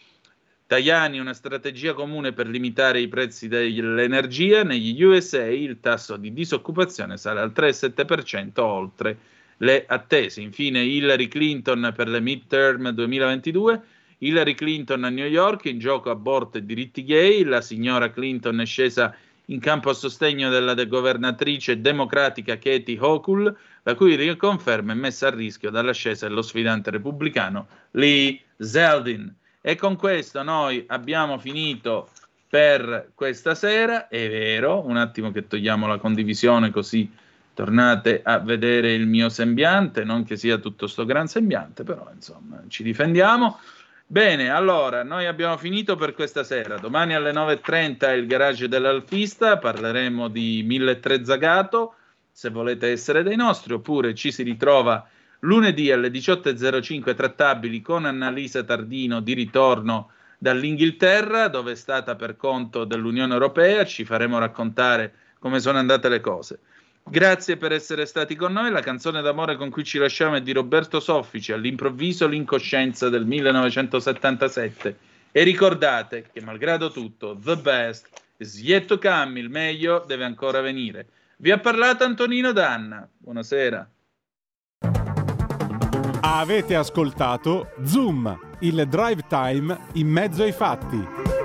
Speaker 3: Tajani, una strategia comune per limitare i prezzi dell'energia. Negli U S A il tasso di disoccupazione sale al tre virgola sette per cento oltre le attese. Infine Hillary Clinton per le midterm duemilaventidue. Hillary Clinton a New York, in gioco aborto e diritti gay. La signora Clinton è scesa in campo a sostegno della governatrice democratica Katie Hochul, la cui riconferma è messa a rischio dall'ascesa dello sfidante repubblicano Lee Zeldin. E con questo noi abbiamo finito per questa sera. È vero, un attimo che togliamo la condivisione così tornate a vedere il mio sembiante, non che sia tutto sto gran sembiante, però insomma ci difendiamo. Bene, allora noi abbiamo finito per questa sera. Domani alle nove e trenta il garage dell'Alfista, parleremo di milletré Zagato, se volete essere dei nostri, oppure ci si ritrova lunedì alle diciotto e zero cinque trattabili con Annalisa Tardino di ritorno dall'Inghilterra, dove è stata per conto dell'Unione Europea. Ci faremo raccontare come sono andate le cose. Grazie per essere stati con noi. La canzone d'amore con cui ci lasciamo è di Roberto Soffici, All'improvviso l'incoscienza del millenovecentosettantasette. E ricordate che malgrado tutto, the best is yet to come, il meglio deve ancora venire. Vi ha parlato Antonino Danna. Buonasera.
Speaker 1: Avete ascoltato Zoom, il drive time in mezzo ai fatti.